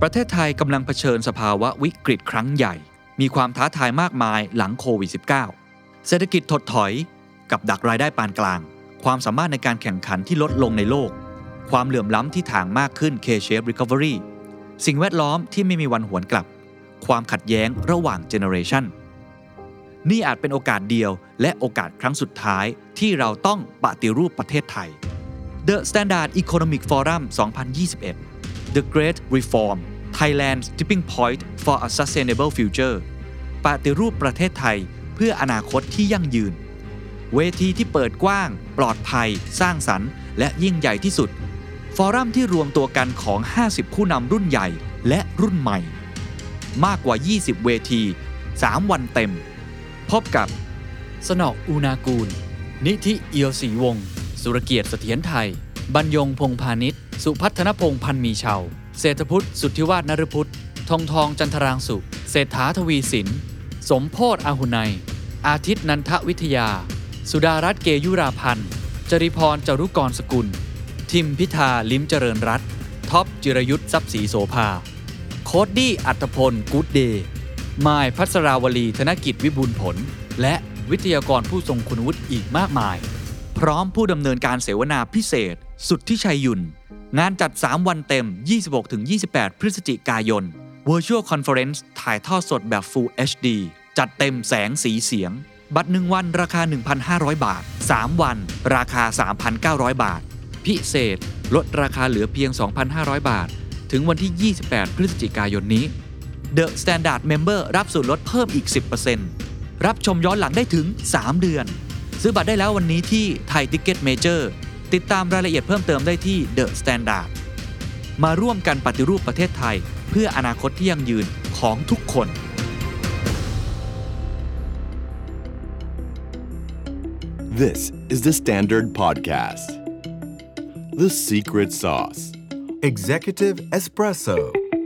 ประเทศไทยกำลังเผชิญสภาวะวิกฤตครั้งใหญ่มีความท้าทายมากมายหลังโควิด -19 เศรษฐกิจถดถอยกับดักรายได้ปานกลางความสามารถในการแข่งขันที่ลดลงในโลกความเหลื่อมล้ำที่ถ่างมากขึ้น K-shaped recovery สิ่งแวดล้อมที่ไม่มีวันหวนกลับความขัดแย้งระหว่างเจเนอเรชันนี่อาจเป็นโอกาสเดียวและโอกาสครั้งสุดท้ายที่เราต้องปฏิรูปประเทศไทย The Standard Economic Forum 2021 The Great Reform Thailand's Tipping Point for a Sustainable Future ปฏิรูปประเทศไทยเพื่ออนาคตที่ยั่งยืนเวทีที่เปิดกว้างปลอดภัยสร้างสรรค์และยิ่งใหญ่ที่สุดฟอรัมที่รวมตัวกันของ50ผู้นำรุ่นใหญ่และรุ่นใหม่มากกว่า20เวที3วันเต็มพบกับสนอกอูนากูลนิธิเอียวศรีวงศ์สุรเกียรติเสถียรไทยบรรยงพงษ์พาณิชย์สุพัฒนพงษ์พันมีเชาเศรษฐพุทธสุทธิวาฒนฤพุทธทองจันทรางสุเศรษฐาทวีสินสมโพธิ์อาหุไนอาทิตย์นันทวิทยาสุดารัตน์เกยุราพันธ์จริพรจารุกรสกุลทิมพิธาลิ้มเจริญรัตน์ท็อปจิรยุทธทรัพย์ศรีโสภาโคดดี้อัตพลกู๊ดเดย์มายพัสราวลีธนกิจวิบูลย์ผลและวิทยากรผู้ทรงคุณวุฒิอีกมากมายพร้อมผู้ดำเนินการเสวนาพิเศษสุทธิชัยยุนงานจัด3วันเต็ม 26-28 พฤศจิกายน Virtual Conference ถ่ายทอดสดแบบ Full HD จัดเต็มแสงสีเสียงบัตร1วันราคา 1,500 บาท3วันราคา 3,900 บาทพิเศษลดราคาเหลือเพียง 2,500 บาทถึงวันที่ 28 พฤศจิกายนนี้ The Standard Member รับส่วนลดเพิ่มอีก 10% รับชมย้อนหลังได้ถึง3เดือนซื้อบัตรได้แล้ววันนี้ที่ Thai Ticket Major ติดตามรายละเอียดเพิ่มเติมได้ที่ The Standard มาร่วมกันปฏิรูปประเทศไทยเพื่ออนาคตที่ยั่งยืนของทุกคน This is the Standard Podcast. The Secret Sauce. Executive Espresso.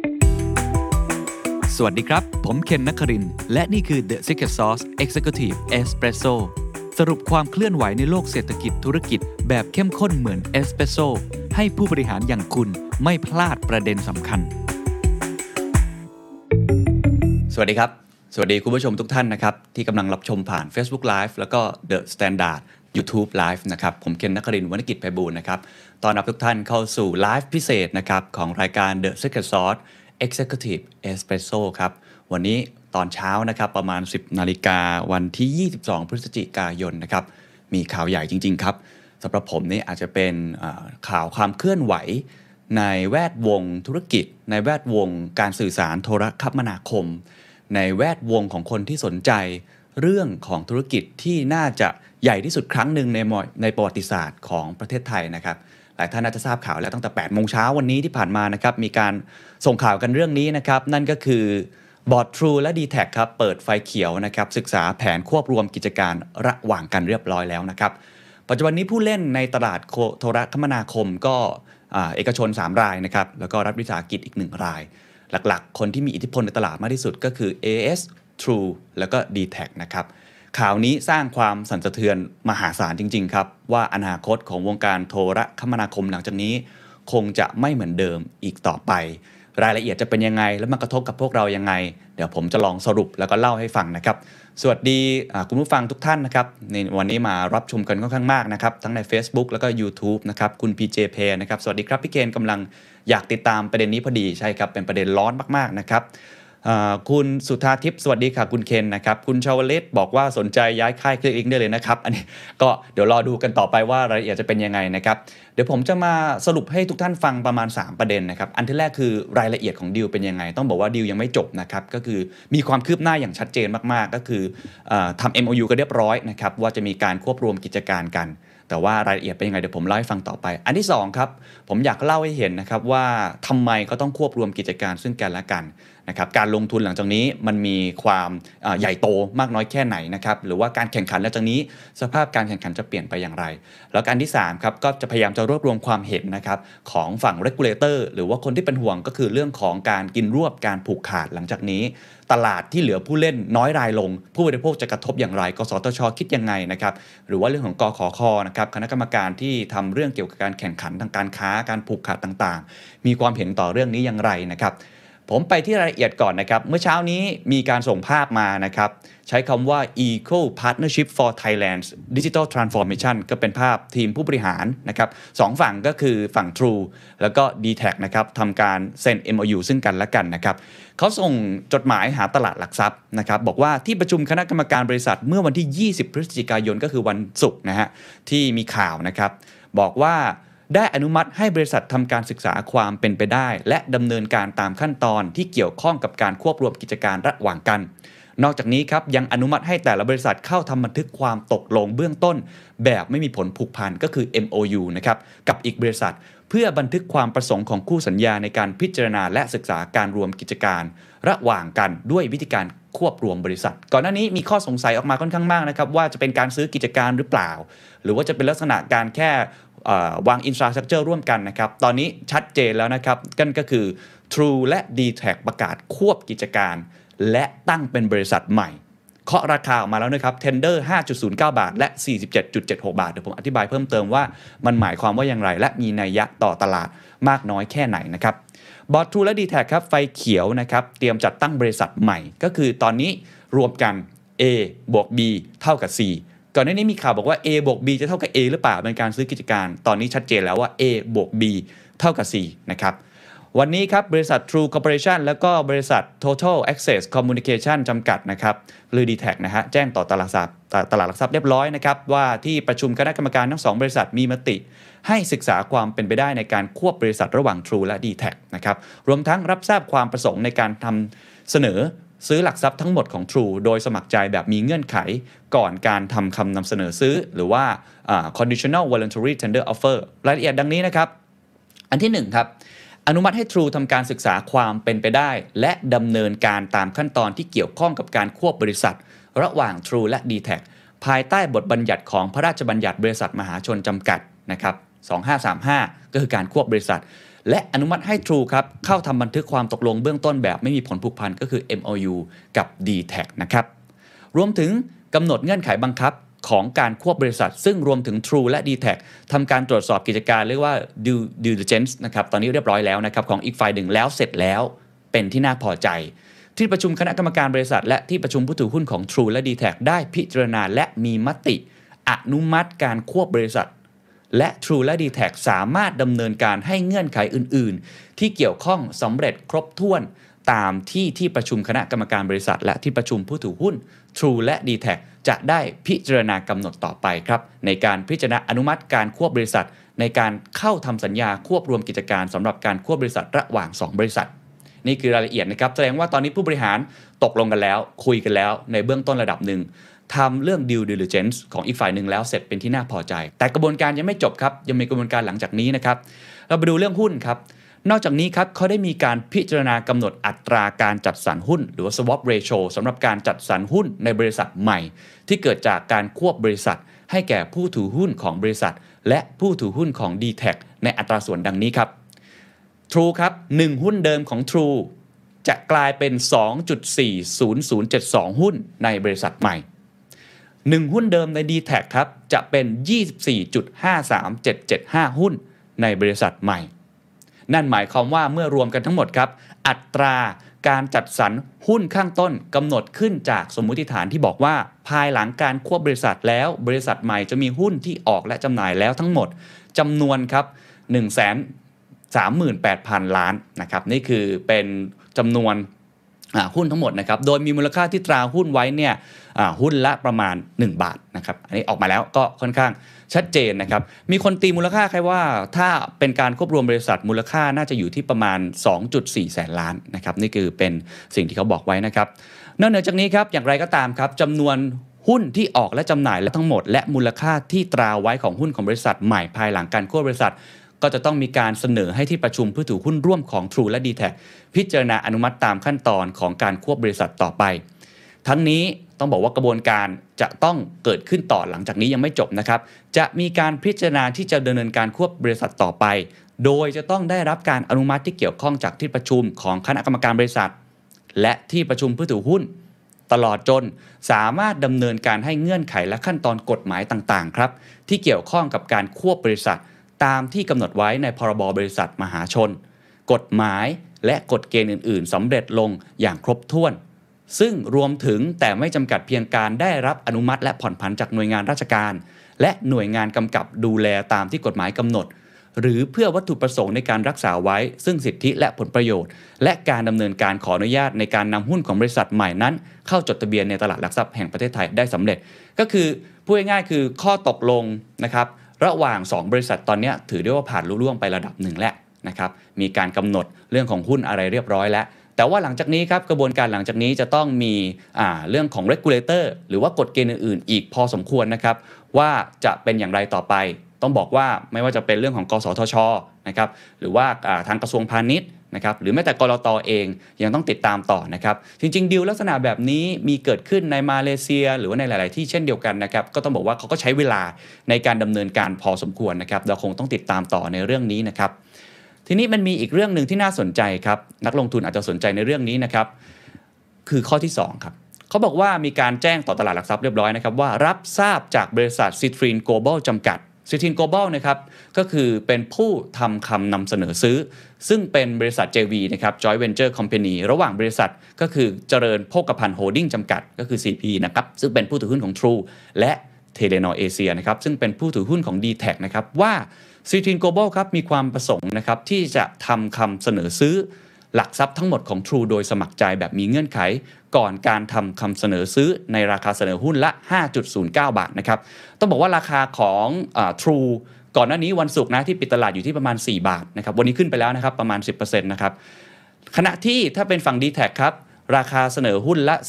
สวัสดีครับผมเคนนครินทร์และนี่คือ The Secret Sauce Executive Espresso สรุปความเคลื่อนไหวในโลกเศรษฐกิจธุรกิจแบบเข้มข้นเหมือนเอสเปรสโซ่ให้ผู้บริหารอย่างคุณไม่พลาดประเด็นสำคัญสวัสดีครับสวัสดีคุณผู้ชมทุกท่านนะครับที่กำลังรับชมผ่าน Facebook Live แล้วก็ The Standard YouTube Live นะครับผมเคนนครินทร์ วรรณกิจไพบูลย์นะครับต้อนรับทุกท่านเข้าสู่ไลฟ์พิเศษนะครับของรายการ The Secret Sauce Executive Espresso ครับวันนี้ตอนเช้านะครับประมาณ 10 นาฬิกาวันที่22 พฤศจิกายนนะครับมีข่าวใหญ่จริงๆครับสำหรับผมนี่อาจจะเป็นข่าวความเคลื่อนไหวในแวดวงธุรกิจในแวดวงการสื่อสารโทรคมนาคมในแวดวงของคนที่สนใจเรื่องของธุรกิจที่น่าจะใหญ่ที่สุดครั้งหนึ่งในประวัติศาสตร์ของประเทศไทยนะครับหลายท่านน่าจะทราบข่าวแล้วตั้งแต่ 8 โมงเช้าวันนี้ที่ผ่านมานะครับมีการส่งข่าวกันเรื่องนี้นะครับนั่นก็คือบอร์ด True และ D-Tech ครับเปิดไฟเขียวนะครับศึกษาแผนควบรวมกิจการระหว่างกันเรียบร้อยแล้วนะครับปัจจุบันนี้ผู้เล่นในตลาดโทรคมนาคมก็เอกชน3รายนะครับแล้วก็รัฐวิสาหกิจอีก1รายหลักๆคนที่มีอิทธิพลในตลาดมากที่สุดก็คือ AIS True แล้วก็ D-Tech นะครับข่าวนี้สร้างความสั่นสะเทือนมหาศาลจริงๆครับว่าอนาคตของวงการโทรคมนาคมหลังจากนี้คงจะไม่เหมือนเดิมอีกต่อไปรายละเอียดจะเป็นยังไงและมันกระทบกับพวกเรายังไงเดี๋ยวผมจะลองสรุปแล้วก็เล่าให้ฟังนะครับสวัสดีคุณผู้ฟังทุกท่านนะครับในวันนี้มารับชมกันค่อนข้างมากนะครับทั้งใน Facebook แล้วก็ YouTube นะครับคุณ PJ Pay นะครับสวัสดีครับพี่เคนกำลังอยากติดตามประเด็นนี้พอดีใช่ครับเป็นประเด็นร้อนมากๆนะครับคุณสุธาทิพย์สวัสดีค่ะคุณเคนนะครับคุณชาวเลศบอกว่าสนใจย้ายค่ายคลิกลิงก์ได้เลยนะครับอันนี้ก็เดี๋ยวรอดูกันต่อไปว่ารายละเอียดจะเป็นยังไงนะครับเดี๋ยวผมจะมาสรุปให้ทุกท่านฟังประมาณ3ประเด็นนะครับอันที่แรกคือรายละเอียดของดีลเป็นยังไงต้องบอกว่าดีลยังไม่จบนะครับก็คือมีความคืบหน้าอย่างชัดเจนมากๆก็คือทำ MOU กันเรียบร้อยนะครับว่าจะมีการควบรวมกิจการกันแต่ว่ารายละเอียดเป็นยังไงเดี๋ยวผมเล่าให้ฟังต่อไปอันที่2ครับผมอยากเล่าให้เห็นนะครับว่าทำไมก็ต้องควบรวมกิจการซึ่งกันและกันนะครับการลงทุนหลังจากนี้มันมีความใหญ่โตมากน้อยแค่ไหนนะครับหรือว่าการแข่งขันหลังจากนี้สภาพการแข่งขันจะเปลี่ยนไปอย่างไรแล้วการที่3ครับก็จะพยายามจะรวบรวมความเห็นนะครับของฝั่ง regulator หรือว่าคนที่เป็นห่วงก็คือเรื่องของการกินรวบการผูกขาดหลังจากนี้ตลาดที่เหลือผู้เล่นน้อยรายลงผู้บริโภคจะกระทบอย่างไรกสทช.คิดยังไงนะครับหรือว่าเรื่องของกขค.นะครับคณะกรรมการที่ทำเรื่องเกี่ยวกับการแข่งขันทางการค้าการผูกขาดต่างๆมีความเห็นต่อเรื่องนี้อย่างไรนะครับผมไปที่รายละเอียดก่อนนะครับเมื่อเช้านี้มีการส่งภาพมานะครับใช้คำว่า Eco Partnership for Thailand's Digital Transformation ก็เป็นภาพทีมผู้บริหารนะครับสองฝั่งก็คือฝั่ง True แล้วก็ DTAC นะครับทำการเซ็น MOU ซึ่งกันและกันนะครับเขาส่งจดหมายหาตลาดหลักทรัพย์นะครับบอกว่าที่ประชุมคณะกรรมการบริษัทเมื่อวันที่ 20 พฤศจิกายนก็คือวันศุกร์นะฮะที่มีข่าวนะครับบอกว่าได้อนุมัติให้บริษัททำการศึกษาความเป็นไปได้และดำเนินการตามขั้นตอนที่เกี่ยวข้องกับการควบรวมกิจการระหว่างกันนอกจากนี้ครับยังอนุมัติให้แต่ละบริษัทเข้าทำบันทึกความตกลงเบื้องต้นแบบไม่มีผลผูกพันก็คือ MOU นะครับกับอีกบริษัทเพื่อบันทึกความประสงค์ของคู่สัญญาในการพิจารณาและศึกษาการรวมกิจการระหว่างกันด้วยวิธีการควบรวมบริษัทก่อนหน้านี้มีข้อสงสัยออกมาค่อนข้างมากนะครับว่าจะเป็นการซื้อกิจการหรือเปล่าหรือว่าจะเป็นลักษณะการแค่วางอินฟราสตรัคเจอร์ร่วมกันนะครับตอนนี้ชัดเจนแล้วนะครับนั่นก็คือ True และ DTAC ประกาศควบกิจการและตั้งเป็นบริษัทใหม่เคาะราคาออกมาแล้วนะครับ Tender 5.09 บาทและ 47.76 บาทเดี๋ยวผมอธิบายเพิ่มเติมว่ามันหมายความว่าอย่างไรและมีนัยยะต่อตลาดมากน้อยแค่ไหนนะครับบอร์ด True และ DTAC ครับไฟเขียวนะครับเตรียมจัดตั้งบริษัทใหม่ก็คือตอนนี้รวมกัน A บวก B เท่ากับ Cก่อนหน้านี้มีข่าวบอกว่า A บวก B จะเท่ากับ A หรือเปล่าเป็นการซื้อกิจการตอนนี้ชัดเจนแล้วว่า A บวก B เท่ากับ C นะครับวันนี้ครับบริษัท True Corporation แล้วก็บริษัท Total Access Communication จำกัดนะครับหรือ DTAC นะฮะแจ้งต่อตลาดหลักทรัพย์เรียบร้อยนะครับว่าที่ประชุมคณะกรรมการทั้ง2บริษัทมีมติให้ศึกษาความเป็นไปได้ในการควบบริษัทระหว่าง True และ DTAC นะครับรวมทั้งรับทราบความประสงค์ในการทำเสนอซื้อหลักทรัพย์ทั้งหมดของ True โดยสมัครใจแบบมีเงื่อนไขก่อนการทำคำนำเสนอซื้อหรือว่าconditional voluntary tender offer รายละเอียดดังนี้นะครับอันที่1ครับอนุมัติให้ True ทำการศึกษาความเป็นไปได้และดำเนินการตามขั้นตอนที่เกี่ยวข้องกับการควบบริษัทระหว่าง True และ DTAC ภายใต้บทบัญญัติของพระราชบัญญัติบริษัทมหาชนจำกัดนะครับ2535ก็คือการควบบริษัทและอนุมัติให้ True ครับเข้าทำบันทึกความตกลงเบื้องต้นแบบไม่มีผลผูกพันก็คือ MOU กับ DTAC นะครับรวมถึงกำหนดเงื่อนไขบังคับของการควบบริษัทซึ่งรวมถึง True และ DTAC ทำการตรวจสอบกิจการเรียกว่า due diligence นะครับตอนนี้เรียบร้อยแล้วนะครับของอีกฝ่ายหนึ่งแล้วเสร็จแล้วเป็นที่น่าพอใจที่ประชุมคณะกรรมการบริษัทและที่ประชุมผู้ถือหุ้นของ True และ DTAC ได้พิจารณาและมีมติอนุมัติการควบบริษัทและ True และ DTAC สามารถดำเนินการให้เงื่อนไขอื่นๆที่เกี่ยวข้องสำเร็จครบถ้วนตามที่ประชุมคณะกรรมการบริษัทและที่ประชุมผู้ถือหุ้น True และ DTAC จะได้พิจารณากำหนดต่อไปครับในการพิจารณาอนุมัติการควบบริษัทในการเข้าทำสัญญาควบรวมกิจการสำหรับการควบบริษัทระหว่าง2บริษัทนี่คือรายละเอียดนะครับแสดงว่าตอนนี้ผู้บริหารตกลงกันแล้วคุยกันแล้วในเบื้องต้นระดับหนึ่งทำเรื่อง due diligence ของอีกฝ่ายหนึ่งแล้วเสร็จเป็นที่น่าพอใจแต่กระบวนการยังไม่จบครับยังมีกระบวนการหลังจากนี้นะครับเราไปดูเรื่องหุ้นครับนอกจากนี้ครับเขาได้มีการพิจารณากำหนดอัตราการจัดสรรหุ้นหรือว่า swap ratio สำหรับการจัดสรรหุ้นในบริษัทใหม่ที่เกิดจากการควบบริษัทให้แก่ผู้ถือหุ้นของบริษัทและผู้ถือหุ้นของ DTAC ในอัตราส่วนดังนี้ครับ True ครับ1หุ้นเดิมของ True จะกลายเป็น 2.40072 หุ้นในบริษัทใหม่1หุ้นเดิมใน DTAC ครับจะเป็น 24.53775 หุ้นในบริษัทใหม่นั่นหมายความว่าเมื่อรวมกันทั้งหมดครับอัตราการจัดสรรหุ้นข้างต้นกำหนดขึ้นจากสมมุติฐานที่บอกว่าภายหลังการควบบริษัทแล้วบริษัทใหม่จะมีหุ้นที่ออกและจำหน่ายแล้วทั้งหมดจำนวนครับ 138,000 ล้านนะครับนี่คือเป็นจำนวนหุ้นทั้งหมดนะครับโดยมีมูลค่าที่ตราหุ้นไว้เนี่ยหุ้นละประมาณ1 บาทนะครับอันนี้ออกมาแล้วก็ค่อนข้างชัดเจนนะครับมีคนตีมูลค่าใครว่าถ้าเป็นการควบรวมบริษัทมูลค่าน่าจะอยู่ที่ประมาณ 2.4 แสนล้านนะครับนี่คือเป็นสิ่งที่เขาบอกไว้นะครับนอกเหนือจากนี้ครับอย่างไรก็ตามครับจำนวนหุ้นที่ออกและจำหน่ายและทั้งหมดและมูลค่าที่ตราไว้ของหุ้นของบริษัทใหม่ภายหลังการควบบริษัทก็จะต้องมีการเสนอให้ที่ประชุมผู้ถือหุ้นร่วมของ True และ DTAC พิจารณาอนุมัติตามขั้นตอนของการควบบริษัทต่อไปทั้งนี้ต้องบอกว่ากระบวนการจะต้องเกิดขึ้นต่อหลังจากนี้ยังไม่จบนะครับจะมีการพิจารณาที่จะดำเนินการควบบริษัทต่อไปโดยจะต้องได้รับการอนุมัติที่เกี่ยวข้องจากที่ประชุมของคณะกรรมการบริษัทและที่ประชุมผู้ถือหุ้นตลอดจนสามารถดำเนินการให้เงื่อนไขและขั้นตอนกฎหมายต่างๆครับที่เกี่ยวข้องกับการควบบริษัทตามที่กำหนดไว้ในพรบ.บริษัทมหาชนกฎหมายและกฎเกณฑ์อื่นๆสำเร็จลงอย่างครบถ้วนซึ่งรวมถึงแต่ไม่จำกัดเพียงการได้รับอนุมัติและผ่อนผันจากหน่วยงานราชการและหน่วยงานกำกับดูแลตามที่กฎหมายกำหนดหรือเพื่อวัตถุประสงค์ในการรักษาไว้ซึ่งสิทธิและผลประโยชน์และการดำเนินการขออนุญาตในการนำหุ้นของบริษัทใหม่นั้นเข้าจดทะเบียนในตลาดหลักทรัพย์แห่งประเทศไทยได้สำเร็จก็คือพูดง่ายๆคือข้อตกลงนะครับระหว่าง2บริษัทตอนนี้ถือได้ว่าผ่านลุล่วงไประดับหนึ่งแล้วนะครับมีการกำหนดเรื่องของหุ้นอะไรเรียบร้อยแล้วแต่ว่าหลังจากนี้ครับกระบวนการหลังจากนี้จะต้องมีเรื่องของ regulator หรือว่ากฎเกณฑ์อื่นๆอีกพอสมควรนะครับว่าจะเป็นอย่างไรต่อไปต้องบอกว่าไม่ว่าจะเป็นเรื่องของกสทช.นะครับหรือว่าทางกระทรวงพาณิชย์นะครับหรือแม้แต่กลต.เองยังต้องติดตามต่อนะครับจริงๆดีลลักษณะแบบนี้มีเกิดขึ้นในมาเลเซียหรือว่าในหลายๆที่เช่นเดียวกันนะครับก็ต้องบอกว่าเขาก็ใช้เวลาในการดำเนินการพอสมควรนะครับเราคงต้องติดตามต่อในเรื่องนี้นะครับทีนี้มันมีอีกเรื่องนึงที่น่าสนใจครับนักลงทุนอาจจะสนใจในเรื่องนี้นะครับคือข้อที่2ครับเขาบอกว่ามีการแจ้งต่อตลาดหลักทรัพย์เรียบร้อยนะครับว่ารับทราบจากบริษัท Citrin Global จำกัด Citrin Global นะครับก็คือเป็นผู้ทำคำนำเสนอซื้อซึ่งเป็นบริษัท JV นะครับ Joint Venture Company ระหว่างบริษัทก็คือเจริญโภคภัณฑ์โฮลดิ้งจำกัดก็คือ CP นะครับซึ่งเป็นผู้ถือหุ้นของ True และ Telenor Asia นะครับซึ่งเป็นผู้ถือหุ้นของ DTAC นะครับว่า Citrin Global ครับมีความประสงค์นะครับที่จะทำคำเสนอซื้อหลักทรัพย์ทั้งหมดของ True โดยสมัครใจแบบมีเงื่อนไขก่อนการทำคำเสนอซื้อในราคาเสนอหุ้นละ 5.09 บาทนะครับต้องบอกว่าราคาของTrue ก่อนหน้านี้วันศุกร์นะที่ปิดตลาดอยู่ที่ประมาณ4 บาทนะครับวันนี้ขึ้นไปแล้วนะครับประมาณ 10% นะครับขณะที่ถ้าเป็นฝั่ง DTAC ครับราคาเสนอหุ้นละ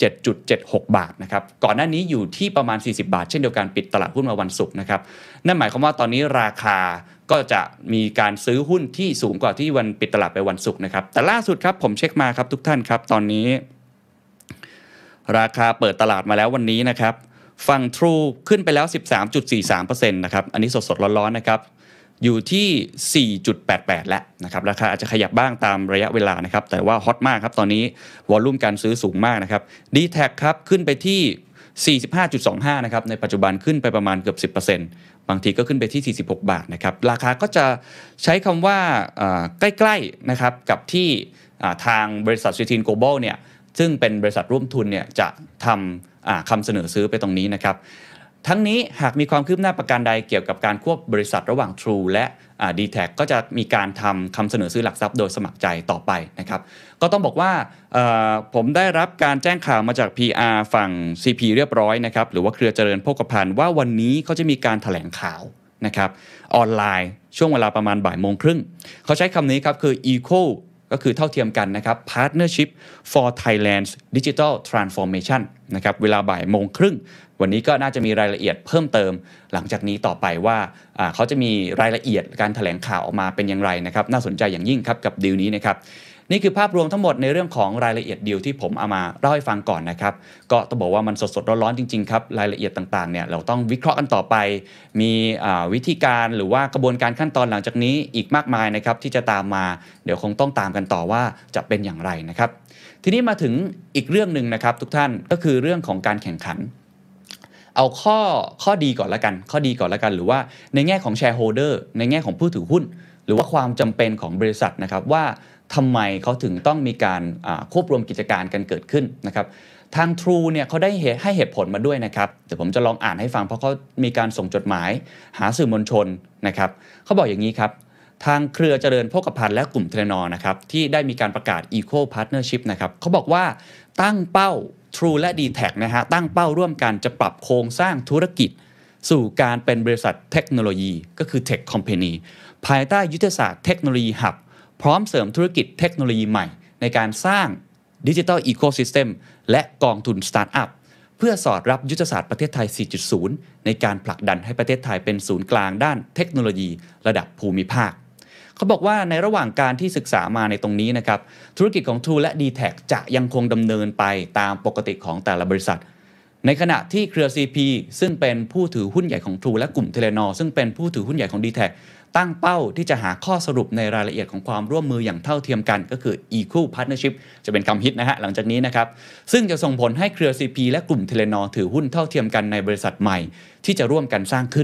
47.76 บาทนะครับก่อนหน้านี้อยู่ที่ประมาณ40 บาทเช่นเดียวกันปิดตลาดหุ้นมาวันศุกร์นะครับนั่นหมายความว่าตอนนี้ราคาก็จะมีการซื้อหุ้นที่สูงกว่าที่วันปิดตลาดไปวันศุกร์นะครับแต่ล่าสุดครับผมเช็คมาครับทุกท่านครับตอนนี้ราคาเปิดตลาดมาแล้ววันนี้นะครับฝั่ง True ขึ้นไปแล้ว 13.43% นะครับอันนี้สดๆร้อนๆนะครับอยู่ที่ 4.88 แล้วนะครับราคาอาจจะขยับบ้างตามระยะเวลานะครับแต่ว่าฮอตมากครับตอนนี้วอลลุ่มการซื้อสูงมากนะครับ DTAC ครับขึ้นไปที่ 45.25 นะครับในปัจจุบันขึ้นไปประมาณเกือบ 10% บางทีก็ขึ้นไปที่ 46 บาทนะครับราคาก็จะใช้คำว่าใกล้ๆนะครับกับที่ทางบริษัท Citrin Global เนี่ยซึ่งเป็นบริษัทร่วมทุนเนี่ยจะทำคำเสนอซื้อไปตรงนี้นะครับทั้งนี้หากมีความคืบหน้าประการใดเกี่ยวกับการควบบริษัทระหว่าง True และ DTAC ก็จะมีการทำคำเสนอซื้อหลักทรัพย์โดยสมัครใจต่อไปนะครับก็ต้องบอกว่าผมได้รับการแจ้งข่าวมาจาก PR ฝั่ง CP เรียบร้อยนะครับหรือว่าเครือเจริญโภคภัณฑ์ว่าวันนี้เขาจะมีการแถลงข่าวนะครับออนไลน์ช่วงเวลาประมาณบ่ายโมงครึ่งเขาใช้คำนี้ครับคือ Equal ก็คือเท่าเทียมกันนะครับ Partnership for Thailand's Digital Transformation นะครับเวลาบ่ายโมงครึ่งวันนี้ก็น่าจะมีรายละเอียดเพิ่มเติมหลังจากนี้ต่อไปว่าเขาจะมีรายละเอียดการแถลงข่าวออกมาเป็นอย่างไรนะครับน่าสนใจอย่างยิ่งครับกับดีลนี้นะครับนี่คือภาพรวมทั้งหมดในเรื่องของรายละเอียดดีลที่ผมเอามาเล่าให้ฟังก่อนนะครับก็ต้องบอกว่ามันสดๆร้อนๆจริงๆครับรายละเอียดต่างๆเนี่ยเราต้องวิเคราะห์กันต่อไปมีวิธีการหรือว่ากระบวนการขั้นตอนหลังจากนี้อีกมากมายนะครับที่จะตามมาเดี๋ยวคงต้องตามกันต่อว่าจะเป็นอย่างไรนะครับทีนี้มาถึงอีกเรื่องนึงนะครับทุกท่านก็คือเรื่องของการแข่งขันเอาข้อดีก่อนละกันหรือว่าในแง่ของ shareholder ในแง่ของผู้ถือหุ้นหรือว่าความจำเป็นของบริษัทนะครับว่าทำไมเขาถึงต้องมีการควบรวมกิจการกันเกิดขึ้นนะครับทาง True เนี่ยเขาได้ให้เหตุผลมาด้วยนะครับเดี๋ยวผมจะลองอ่านให้ฟังเพราะเขามีการส่งจดหมายหาสื่อมวลชนนะครับเขาบอกอย่างนี้ครับทางเครือเจริญโภคภัณฑ์และกลุ่ม Telenor นะครับที่ได้มีการประกาศ Equal Partnership นะครับเขาบอกว่าตั้งเป้าTrue และ DTAC นะฮะตั้งเป้าร่วมกันจะปรับโครงสร้างธุรกิจสู่การเป็นบริษัทเทคโนโลยีก็คือ Tech Company ภายใต้ยุทธศาสตร์เทคโนโลยีหับพร้อมเสริมธุรกิจเทคโนโลยีใหม่ในการสร้าง Digital Ecosystem และกองทุนสตาร์ทอัพเพื่อสอดรับยุทธศาสตร์ประเทศไทย 4.0 ในการผลักดันให้ประเทศไทยเป็นศูนย์กลางด้านเทคโนโลยีระดับภูมิภาคเขาบอกว่าในระหว่างการที่ศึกษามาในตรงนี้นะครับธุรกิจของ True และ DTAC จะยังคงดำเนินไปตามปกติของแต่ละบริษัทในขณะที่เครือ CP ซึ่งเป็นผู้ถือหุ้นใหญ่ของ True และกลุ่ม Telenor ซึ่งเป็นผู้ถือหุ้นใหญ่ของ DTAC ตั้งเป้าที่จะหาข้อสรุปในรายละเอียดของความร่วมมืออย่างเท่าเทียมกันก็คือ Equal Partnership จะเป็นคำฮิตนะฮะหลังจากนี้นะครับซึ่งจะส่งผลให้เครือ CP และกลุ่ม Telenor ถือหุ้นเท่าเทียมกันในบริษัทใหม่ที่จะร่วมกันสร้างขึ้น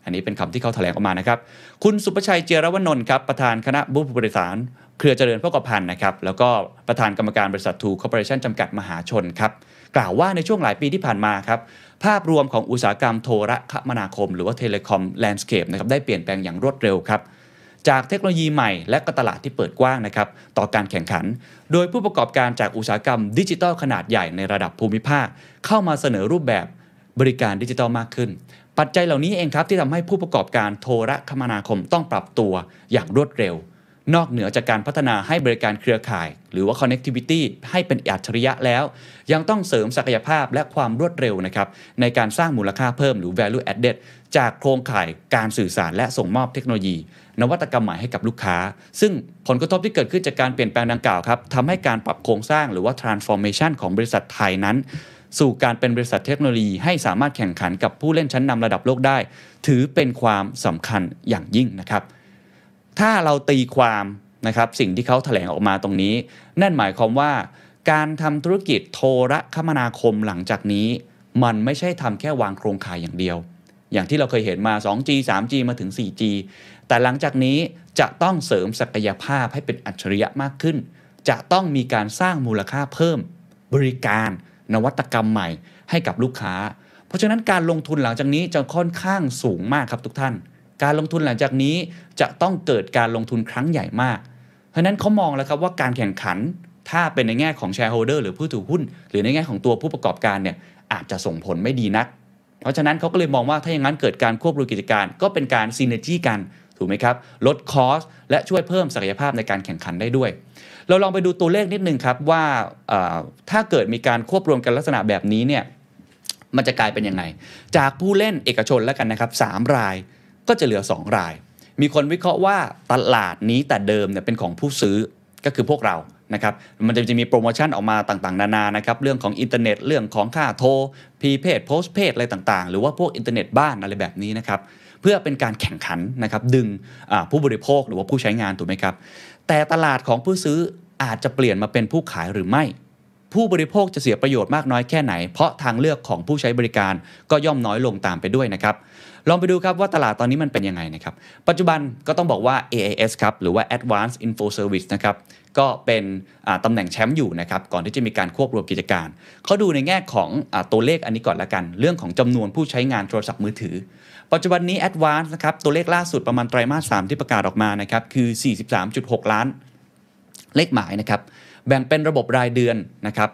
อันนี้เป็นคำที่เขาแถลงออกมานะครับคุณสุประชัยเจรวนนท์ครับประธานคณะผู้บริหารเครือเจริญโภคภัณฑ์นะครับแล้วก็ประธานกรรมการบริษัททูคอร์ปอเรชั่นจำกัดมหาชนครับกล่าวว่าในช่วงหลายปีที่ผ่านมาครับภาพรวมของอุตสาหกรรมโทรคมนาคมหรือว่าเทเลคอมแลนด์สเคปนะครับได้เปลี่ยนแปลงอย่างรวดเร็วครับจากเทคโนโลยีใหม่และก็ตลาดที่เปิดกว้างนะครับต่อการแข่งขันโดยผู้ประกอบการจากอุตสาหกรรมดิจิทัลขนาดใหญ่ในระดับภูมิภาคเข้ามาเสนอรูปแบบบริการดิจิทัลมากขึ้นปัจจัยเหล่านี้เองครับที่ทำให้ผู้ประกอบการโทรคมนาคมต้องปรับตัวอย่างรวดเร็วนอกเหนือจากการพัฒนาให้บริการเครือข่ายหรือว่า connectivity ให้เป็นอัจฉริยะแล้วยังต้องเสริมศักยภาพและความรวดเร็วนะครับในการสร้างมูลค่าเพิ่มหรือ value added จากโครงข่ายการสื่อสารและส่งมอบเทคโนโลยีนวัตกรรมใหม่ให้กับลูกค้าซึ่งผลกระทบที่เกิดขึ้นจากการเปลี่ยนแปลงดังกล่าวครับทำให้การปรับโครงสร้างหรือว่า transformation ของบริษัทไทยนั้นสู่การเป็นบริษัทเทคโนโลยีให้สามารถแข่งขันกับผู้เล่นชั้นนำระดับโลกได้ถือเป็นความสำคัญอย่างยิ่งนะครับถ้าเราตีความนะครับสิ่งที่เขาแถลงออกมาตรงนี้นั่นหมายความว่าการทำธุรกิจโทรคมนาคมหลังจากนี้มันไม่ใช่ทำแค่วางโครงข่ายอย่างเดียวอย่างที่เราเคยเห็นมา 2G 3G มาถึง 4G แต่หลังจากนี้จะต้องเสริมศักยภาพให้เป็นอัจฉริยะมากขึ้นจะต้องมีการสร้างมูลค่าเพิ่มบริการนวัตกรรมใหม่ให้กับลูกค้าเพราะฉะนั้นการลงทุนหลังจากนี้จะค่อนข้างสูงมากครับทุกท่านการลงทุนหลังจากนี้จะต้องเกิดการลงทุนครั้งใหญ่มากเพราะฉะนั้นเขามองแล้วครับว่าการแข่งขันถ้าเป็นในแง่ของ shareholder หรือผู้ถือหุ้นหรือในแง่ของตัวผู้ประกอบการเนี่ยอาจจะส่งผลไม่ดีนักเพราะฉะนั้นเขาก็เลยมองว่าถ้าอย่างนั้นเกิดการควบรวมกิจการก็เป็นการ synergy กันถูกไหมครับลดคอสและช่วยเพิ่มศักยภาพในการแข่งขันได้ด้วยเราลองไปดูตัวเลขนิดนึงครับว่าถ้าเกิดมีการควบรวมกันลักษณะแบบนี้เนี่ยมันจะกลายเป็นยังไงจากผู้เล่นเอกชนแล้วกันนะครับ3รายก็จะเหลือ2รายมีคนวิเคราะห์ว่าตลาดนี้แต่เดิมเนี่ยเป็นของผู้ซื้อก็คือพวกเรานะครับมันจะมีโปรโมชั่นออกมาต่างๆนานานะครับเรื่องของอินเทอร์เน็ตเรื่องของค่าโทรพรีเพดโพสต์เพดอะไรต่างๆหรือว่าพวกอินเทอร์เน็ตบ้านอะไรแบบนี้นะครับเพื่อเป็นการแข่งขันนะครับดึงผู้บริโภคหรือว่าผู้ใช้งานถูกไหมครับแต่ตลาดของผู้ซื้ออาจจะเปลี่ยนมาเป็นผู้ขายหรือไม่ผู้บริโภคจะเสียประโยชน์มากน้อยแค่ไหนเพราะทางเลือกของผู้ใช้บริการก็ย่อมน้อยลงตามไปด้วยนะครับลองไปดูครับว่าตลาดตอนนี้มันเป็นยังไงนะครับปัจจุบันก็ต้องบอกว่า AIS ครับหรือว่า Advanced Info Service นะครับก็เป็นตำแหน่งแชมป์อยู่นะครับก่อนที่จะมีการควบรวมกิจการเขาดูในแง่ของตัวเลขอันนี้ก่อนละกันเรื่องของจำนวนผู้ใช้งานโทรศัพท์มือถือปัจจุบันนี้ Advanced นะครับตัวเลขล่าสุดประมาณไตรมาส 3ที่ประกาศออกมานะครับคือ 43.6 ล้านเลขหมายนะครับแบ่งเป็นระบบรายเดือนนะครับ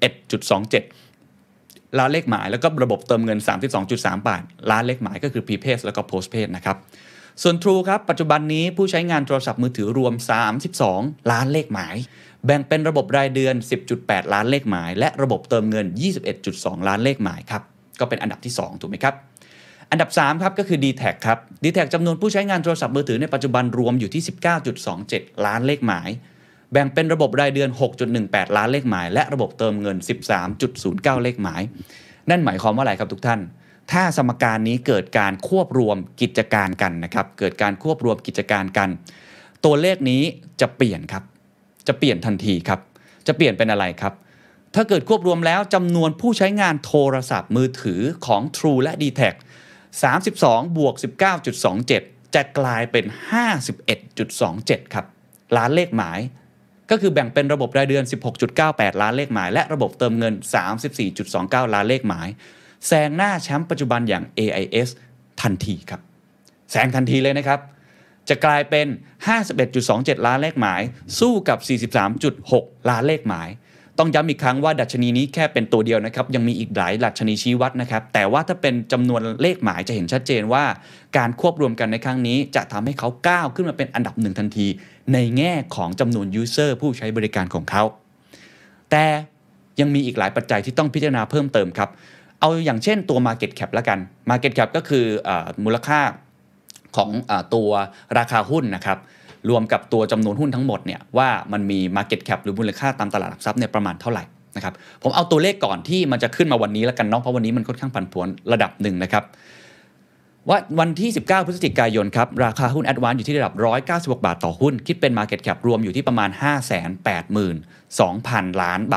11.27 ล้านเลขหมายแล้วก็ระบบเติมเงิน 32.3 บาทล้านเลขหมายก็คือ Prepaid แล้วก็ Postpaid นะครับส่วน True ครับปัจจุบันนี้ผู้ใช้งานโทรศัพท์มือถือรวม32ล้านเลขหมายแบ่งเป็นระบบรายเดือน 10.8 ล้านเลขหมายและระบบเติมเงิน 21.2 ล้านเลขหมายครับก็เป็นอันดับที่2ถูกไหมครับอันดับ3ครับก็คือ DTAC ครับ DTAC จำนวนผู้ใช้งานโทรศัพท์มือถือในปัจจุบันรวมอยู่ที่ 19.27 ล้านเลขหมายแบ่งเป็นระบบรายเดือน 6.18 ล้านเลขหมายและระบบเติมเงิน 13.09 เลขหมายนั่นหมายความว่าอะไรครับทุกท่านถ้าสมการนี้เกิดการควบรวมกิจการกันนะครับเกิดการควบรวมกิจการกันตัวเลขนี้จะเปลี่ยนครับจะเปลี่ยนทันทีครับจะเปลี่ยนเป็นอะไรครับถ้าเกิดควบรวมแล้วจำนวนผู้ใช้งานโทรศัพท์มือถือของ True และ DTAC 32 บวก 19.27 จะกลายเป็น 51.27 ครับล้านเลขหมายก็คือแบ่งเป็นระบบรายเดือน 16.98 ล้านเลขหมายและระบบเติมเงิน 34.29 ล้านเลขหมายแซงหน้าแชมป์ปัจจุบันอย่าง AIS ทันทีครับแซงทันทีเลยนะครับจะกลายเป็น 51.27 ล้านเลขหมายสู้กับ 43.6 ล้านเลขหมายต้องย้ำอีกครั้งว่าดัชนีนี้แค่เป็นตัวเดียวนะครับยังมีอีกหลายดัชนีชี้วัดนะครับแต่ว่าถ้าเป็นจำนวนเลขหมายจะเห็นชัดเจนว่าการควบรวมกันในครั้งนี้จะทำให้เขาก้าวขึ้นมาเป็นอันดับ1ทันทีในแง่ของจำนวนยูเซอร์ผู้ใช้บริการของเขาแต่ยังมีอีกหลายปัจจัยที่ต้องพิจารณาเพิ่มเติมครับเอาอย่างเช่นตัว Market Cap ละกัน Market Cap ก็คือมูลค่าของตัวราคาหุ้นนะครับรวมกับตัวจำนวนหุ้นทั้งหมดเนี่ยว่ามันมี Market Cap หรือมูลค่าตามตลาดหลักทรัพย์เนี่ยประมาณเท่าไหร่นะครับผมเอาตัวเลขก่อนที่มันจะขึ้นมาวันนี้แล้วกันเนาะเพราะวันนี้มันค่อนข้างผันผวนระดับหนึ่งนะครับว่าวันที่19พฤศจิกายนครับราคาหุ้น Advance อยู่ที่ระดับ196 บาทต่อหุ้นคิดเป็น Market Cap รวมอยู่ที่ประมาณ 582,000 ล้านบาท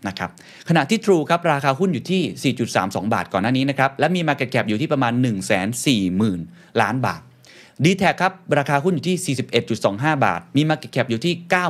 นะครับขณะที่ True ครับราคาหุ้นอยู่ที่ 4.32 บาทก่อนหน้านี้นะครับและมี Market Cap อยู่ที่ประมาณ 140,000 ล้านบาท DTAC ครับราคาหุ้นอยู่ที่ 41.25 บาทมี Market Cap อยู่ที่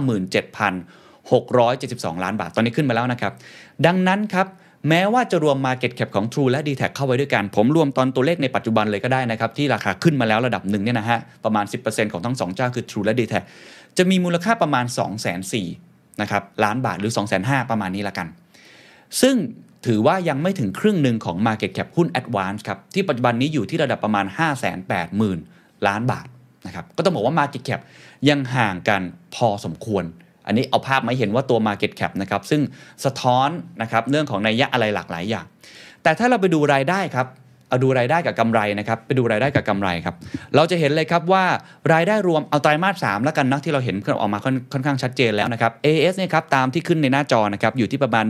97,672 ล้านบาทตอนนี้ขึ้นมาแล้วนะครับดังนั้นครับแม้ว่าจะรวม Market Cap ของ True และ DTAC เข้าไว้ด้วยกันผมรวมตอนตัวเลขในปัจจุบันเลยก็ได้นะครับที่ราคาขึ้นมาแล้วระดับหนึ่งเนี่ยนะฮะประมาณ 10% ของทั้ง2เจ้าคือ True และ DTAC จะมีมูลค่าประมาณ 240,000 นะครับล้านบาทหรือ 250,000 ประมาณนี้ละกันซึ่งถือว่ายังไม่ถึงครึ่งหนึ่งของ Market Cap หุ้น Advance ครับที่ปัจจุบันนี้อยู่ที่ระดับประมาณ 580,000 ล้านบาทนะครับก็ต้องบอกว่า Market Cap ยังห่างกันพอสมควรอันนี้เอาภาพมาเห็นว่าตัว Market Cap นะครับซึ่งสะท้อนนะครับเรื่องของนัยยะอะไรหลากหลายอย่างแต่ถ้าเราไปดูรายได้ครับเอาดูรายได้กับกำไรนะครับไปดูรายได้กับกำไรครับเราจะเห็นเลยครับว่ารายได้รวมเอาไตรมาส3แล้วกันนะที่เราเห็นออกมาค่อนข้างชัดเจนแล้วนะครับ AS เนี่ยครับตามที่ขึ้นในหน้าจอนะครับอยู่ที่ประมาณ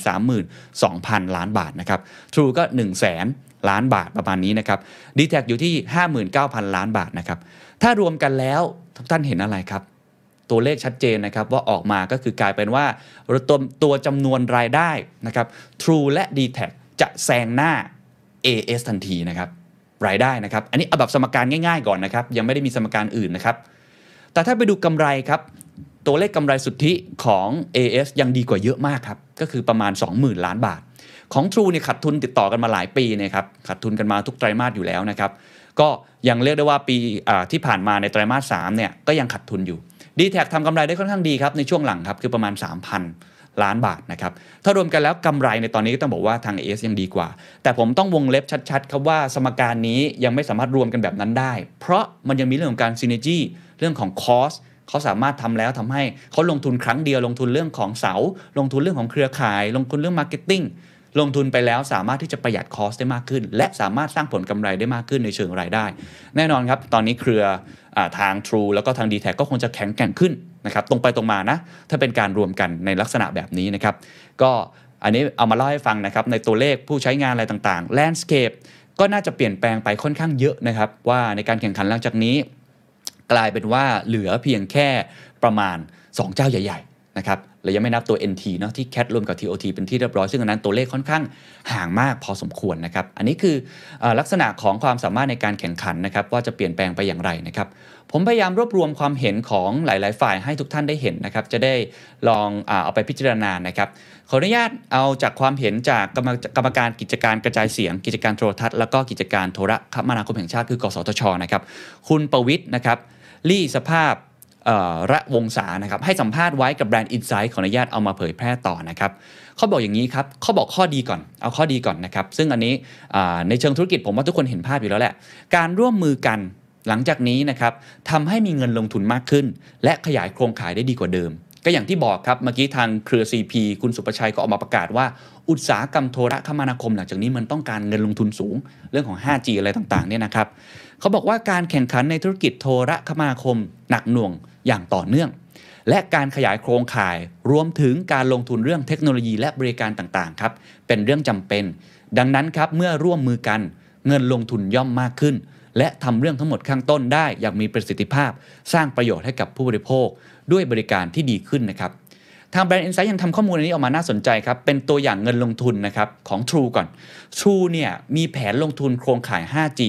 132,000 ล้านบาทนะครับ True ก็ 100,000 ล้านบาทประมาณนี้นะครับ DTAC อยู่ที่ 59,000 ล้านบาทนะครับถ้ารวมกันแล้วทุกท่านเห็นอะไรครับตัวเลขชัดเจนนะครับว่าออกมาก็คือกลายเป็นว่าตัวจำนวนรายได้นะครับ True และ DTAC จะแซงหน้า AS ทันทีนะครับรายได้นะครับอันนี้เอาแบบสมการง่ายๆก่อนนะครับยังไม่ได้มีสมการอื่นนะครับแต่ถ้าไปดูกำไรครับตัวเลขกำไรสุทธิของ AS ยังดีกว่าเยอะมากครับก็คือประมาณ 20,000 ล้านบาทของ True เนี่ยขาดทุนติดต่อกันมาหลายปีเนี่ยครับขาดทุนกันมาทุกไตรมาสอยู่แล้วนะครับก็ยังเรียกได้ว่าปีที่ผ่านมาในไตรมาส3เนี่ยก็ยังขาดทุนอยู่ DTAC ทำกำไรได้ค่อนข้างดีครับในช่วงหลังครับคือประมาณ 3,000 ล้านบาทนะครับถ้ารวมกันแล้วกำไรในตอนนี้ก็ต้องบอกว่าทาง AS ยังดีกว่าแต่ผมต้องวงเล็บชัดๆครับว่าสมการนี้ยังไม่สามารถรวมกันแบบนั้นได้เพราะมันยังมีเรื่องของการ synergy เรื่องของ cost เขาสามารถทำแล้วทำให้เขาลงทุนครั้งเดียวลงทุนเรื่องของเสาลงทุนเรื่องของเครือข่ายลงทุนเรื่อง marketing ลงทุนไปแล้วสามารถที่จะประหยัดคอสได้มากขึ้นและสามารถสร้างผลกำไรได้มากขึ้นในเชิงรายได้แน่นอนครับตอนนี้เครือทาง True แล้วก็ทาง DTAC ก็คงจะแข็งแกร่งขึ้นนะครับตรงไปตรงมานะถ้าเป็นการรวมกันในลักษณะแบบนี้นะครับก็อันนี้เอามาเล่าให้ฟังนะครับในตัวเลขผู้ใช้งานอะไรต่างๆ Landscape ก็น่าจะเปลี่ยนแปลงไปค่อนข้างเยอะนะครับว่าในการแข่งขันหลังจากนี้กลายเป็นว่าเหลือเพียงแค่ประมาณ2เจ้าใหญ่ๆนะครับและยังไม่นับตัว NT เนาะที่ CAT รวมกับ TOT เป็นที่เรียบร้อยซึ่งอันนั้นตัวเลขค่อนข้างห่างมากพอสมควรนะครับอันนี้คือลักษณะของความสามารถในการแข่งขันนะครับว่าจะเปลี่ยนแปลงไปอย่างไรนะครับผมพยายามรวบรวมความเห็นของหลายๆฝ่ายให้ทุกท่านได้เห็นนะครับจะได้ลองเอาไปพิจารณานะครับขออนุญาตเอาจากความเห็นจากกรรมการกิจการกระจายเสียงกิจการโทรทัศน์แล้วก็กิจการโทรคมนาคมแห่งชาติคือกสทชนะครับคุณประวิตรนะครับลี่สภาพระวงศานะครับให้สัมภาษณ์ไว้กับแบรนด์ Insight ขออนุญาตเอามาเผยแพร่ต่อนะครับเขาบอกอย่างนี้ครับเขาบอกข้อดีก่อนเอาข้อดีก่อนนะครับซึ่งอันนี้ในเชิงธุรกิจผมว่าทุกคนเห็นภาพอยู่แล้วแหละการร่วมมือกันหลังจากนี้นะครับทำให้มีเงินลงทุนมากขึ้นและขยายโครงข่ายได้ดีกว่าเดิมก็อย่างที่บอกครับเมื่อกี้ทางเครือ CP คุณสุประชัยก็ออกมาประกาศว่าอุตสาหกรรมโทรคมนาคมหลังจากนี้มันต้องการเงินลงทุนสูงเรื่องของ 5G อะไรต่างๆเนี่ยนะครับเขาบอกว่าการแข่งขันในธุรกิจโทรคมนาคมหนักหน่วงอย่างต่อเนื่องและการขยายโครงข่ายรวมถึงการลงทุนเรื่องเทคโนโลยีและบริการต่างๆครับเป็นเรื่องจำเป็นดังนั้นครับเมื่อร่วมมือกันเงินลงทุนย่อมมากขึ้นและทำเรื่องทั้งหมดข้างต้นได้อย่างมีประสิทธิภาพสร้างประโยชน์ให้กับผู้บริโภคด้วยบริการที่ดีขึ้นนะครับทางแบรนด์ Insight ยังทำข้อมูลอันนี้ออกมาน่าสนใจครับเป็นตัวอย่างเงินลงทุนนะครับของ True ก่อน True เนี่ยมีแผนลงทุนโครงข่าย 5G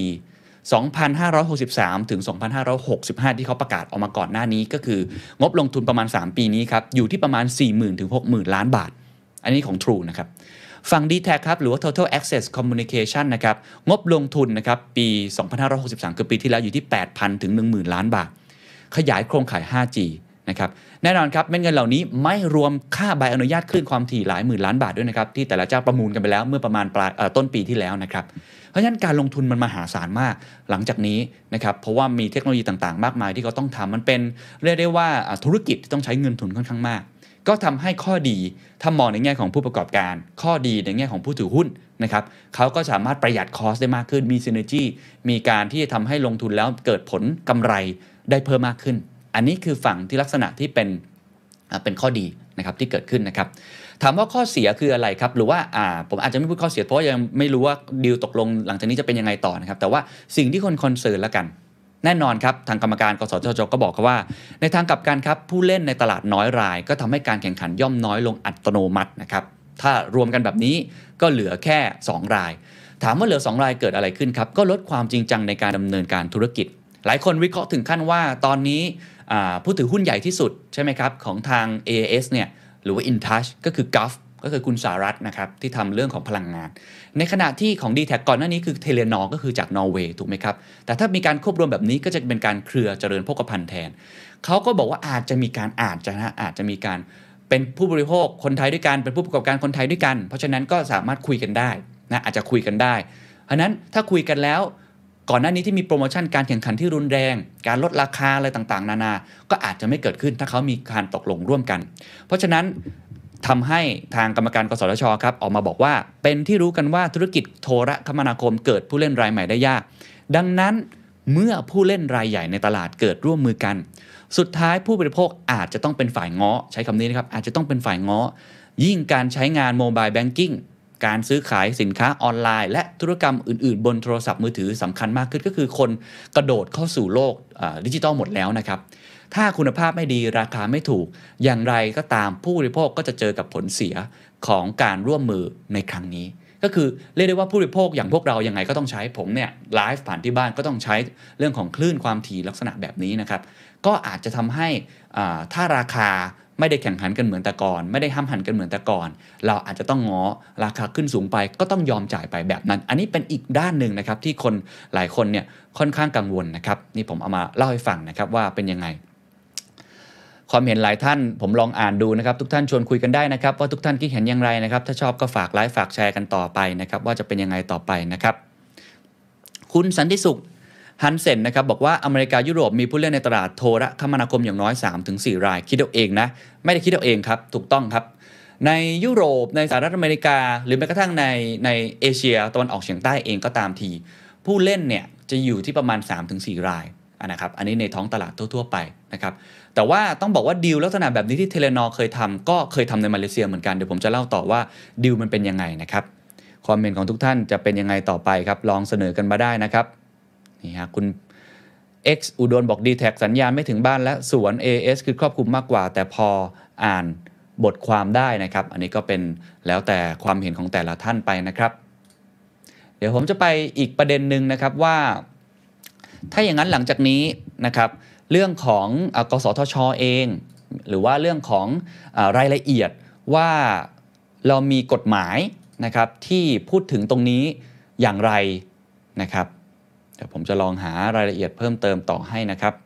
2,563 ถึง 2,565 ที่เขาประกาศออกมาก่อนหน้านี้ก็คืองบลงทุนประมาณ3ปีนี้ครับอยู่ที่ประมาณ 40,000 ถึง 60,000 ล้านบาทอันนี้ของ True นะครับฝั่ง DTAC ครับหรือว่า Total Access Communication นะครับงบลงทุนนะครับปี 2,563 คือปีที่แล้วอยู่ที่ 8,000 ถึง 10,000 ล้านบาทขยายโครงข่าย 5G นะครับแน่นอนครับเม็ดเงินเหล่านี้ไม่รวมค่าใบอนุญาตคลื่นความถี่หลายหมื่นล้านบาทด้วยนะครับที่แต่ละเจ้าประมูลกันไปแล้วเมื่อประมาณต้นปีที่แล้วนะครับเพราะฉะนั้นการลงทุนมันมหาศาลมากหลังจากนี้นะครับเพราะว่ามีเทคโนโลยีต่างๆมากมายที่เขาต้องทำมันเป็นเรียกได้ว่าธุรกิจที่ต้องใช้เงินทุนค่อนข้างมากก็ทำให้ข้อดีถ้ามองในแง่ของผู้ประกอบการข้อดีในแง่ของผู้ถือหุ้นนะครับเขาก็สามารถประหยัดคอสได้มากขึ้นมี synergy มีการที่จะทำให้ลงทุนแล้วเกิดผลกำไรได้เพิ่มมากขึ้นอันนี้คือฝั่งที่ลักษณะที่เป็นข้อดีนะครับที่เกิดขึ้นนะครับถามว่าข้อเสียคืออะไรครับหรือว่าผมอาจจะไม่พูดข้อเสียเพราะยังไม่รู้ว่าดีลตกลงหลังจากนี้จะเป็นยังไงต่อนะครับแต่ว่าสิ่งที่คนคอนเซิร์นละกันแน่นอนครับทางกรรมการกสทช.ก็บอกว่าในทางกลับกันครับผู้เล่นในตลาดน้อยรายก็ทำให้การแข่งขันย่อมน้อยลงอัตโนมัตินะครับถ้ารวมกันแบบนี้ก็เหลือแค่2รายถามว่าเหลือ2รายเกิดอะไรขึ้นครับก็ลดความจริงจังในการดำเนินการธุรกิจหลายคนวิเคราะห์ถึงขั้นว่าตอนนี้ผู้ถือหุ้นใหญ่ที่สุดใช่ไหมครับของทาง AIS เนี่ยหรือว่า InTouch ก็คือ Gulf ก็คือคุณสารัตน์นะครับที่ทำเรื่องของพลังงานในขณะที่ของ D-Tech ก่อนหน้านี้คือ Telenor ก็คือจากนอร์เวย์ถูกไหมครับแต่ถ้ามีการควบรวมแบบนี้ก็จะเป็นการเครือเจริญโภคภัณฑ์แทนเขาก็บอกว่าอาจจะมีการเป็นผู้บริโภคคนไทยด้วยกันเป็นผู้ประกอบการคนไทยด้วยกันเพราะฉะนั้นก็สามารถคุยกันได้นะอาจจะคุยกันได้เพราะนั้นถ้าคุยกันแล้วก่อนหน้านี้ที่มีโปรโมชั่นการแข่งขันที่รุนแรงการลดราคาอะไรต่างๆนานาก็อาจจะไม่เกิดขึ้นถ้าเขามีการตกลงร่วมกันเพราะฉะนั้นทำให้ทางกรรมการกสทชครับออกมาบอกว่าเป็นที่รู้กันว่าธุรกิจโทรคมนาคมเกิดผู้เล่นรายใหม่ได้ยากดังนั้นเมื่อผู้เล่นรายใหญ่ในตลาดเกิดร่วมมือกันสุดท้ายผู้บริโภคอาจจะต้องเป็นฝ่ายง้อใช้คำนี้นะครับอาจจะต้องเป็นฝ่ายง้อยิ่งการใช้งานโมบายแบงกิ้งการซื้อขายสินค้าออนไลน์และธุรกรรมอื่นๆบนโทรศัพท์มือถือสำคัญมากขึ้นก็คือคนกระโดดเข้าสู่โลกดิจิทัลหมดแล้วนะครับถ้าคุณภาพไม่ดีราคาไม่ถูกอย่างไรก็ตามผู้บริโภคก็จะเจอกับผลเสียของการร่วมมือในครั้งนี้ก็คือเรียกได้ว่าผู้บริโภคอย่างพวกเรายังไงก็ต้องใช้ผมเนี่ยไลฟ์ผ่านที่บ้านก็ต้องใช้เรื่องของคลื่นความถี่ลักษณะแบบนี้นะครับก็อาจจะทำให้ถ้าราคาไม่ได้แข่งขันกันเหมือนแต่ก่อนไม่ได้ห้ามหันกันเหมือนแต่ก่อนเราอาจจะต้องง้อราคาขึ้นสูงไปก็ต้องยอมจ่ายไปแบบนั้นอันนี้เป็นอีกด้านหนึ่งนะครับที่คนหลายคนเนี่ยค่อนข้างกังวลนะครับนี่ผมเอามาเล่าให้ฟังนะครับว่าเป็นยังไงความเห็นหลายท่านผมลองอ่านดูนะครับทุกท่านชวนคุยกันได้นะครับว่าทุกท่านคิดเห็นอย่างไรนะครับถ้าชอบก็ฝากไลค์ฝากแชร์กันต่อไปนะครับว่าจะเป็นยังไงต่อไปนะครับคุณสันติสุขฮันเซนนะครับบอกว่าอเมริกายุโรปมีผู้เล่นในตลาดโทรคมนาคมอย่างน้อย 3-4 รายคิดเอาเองนะไม่ได้คิดเอาเองครับถูกต้องครับในยุโรปในสหรัฐอเมริกาหรือแม้กระทั่งในเอเชียตะวันออกเฉียงใต้เองก็ตามทีผู้เล่นเนี่ยจะอยู่ที่ประมาณ 3-4 รายนะครับอันนี้ในท้องตลาดทั่วๆไปนะครับแต่ว่าต้องบอกว่าดีลลักษณะแบบนี้ที่เทเลนอร์เคยทำก็เคยทำในมาเลเซียเหมือนกันเดี๋ยวผมจะเล่าต่อว่าดีลมันเป็นยังไงนะครับความเห็นของทุกท่านจะเป็นยังไงต่อไปครับลองเสนอกันมาได้นะครับนี่ฮะคุณ X อุดรบอก D-Tech สัญญาณไม่ถึงบ้านและสวน AS คือครอบคลุมมากกว่าแต่พออ่านบทความได้นะครับอันนี้ก็เป็นแล้วแต่ความเห็นของแต่ละท่านไปนะครับเดี๋ยวผมจะไปอีกประเด็นหนึ่งนะครับว่าถ้าอย่างนั้นหลังจากนี้นะครับเรื่องของกสทช.เองหรือว่าเรื่องของรายละเอียดว่าเรามีกฎหมายนะครับที่พูดถึงตรงนี้อย่างไรนะครับเดี๋ยวผมจะลองหารายละเอียดเพิ่มเติมต่อให้นะครับ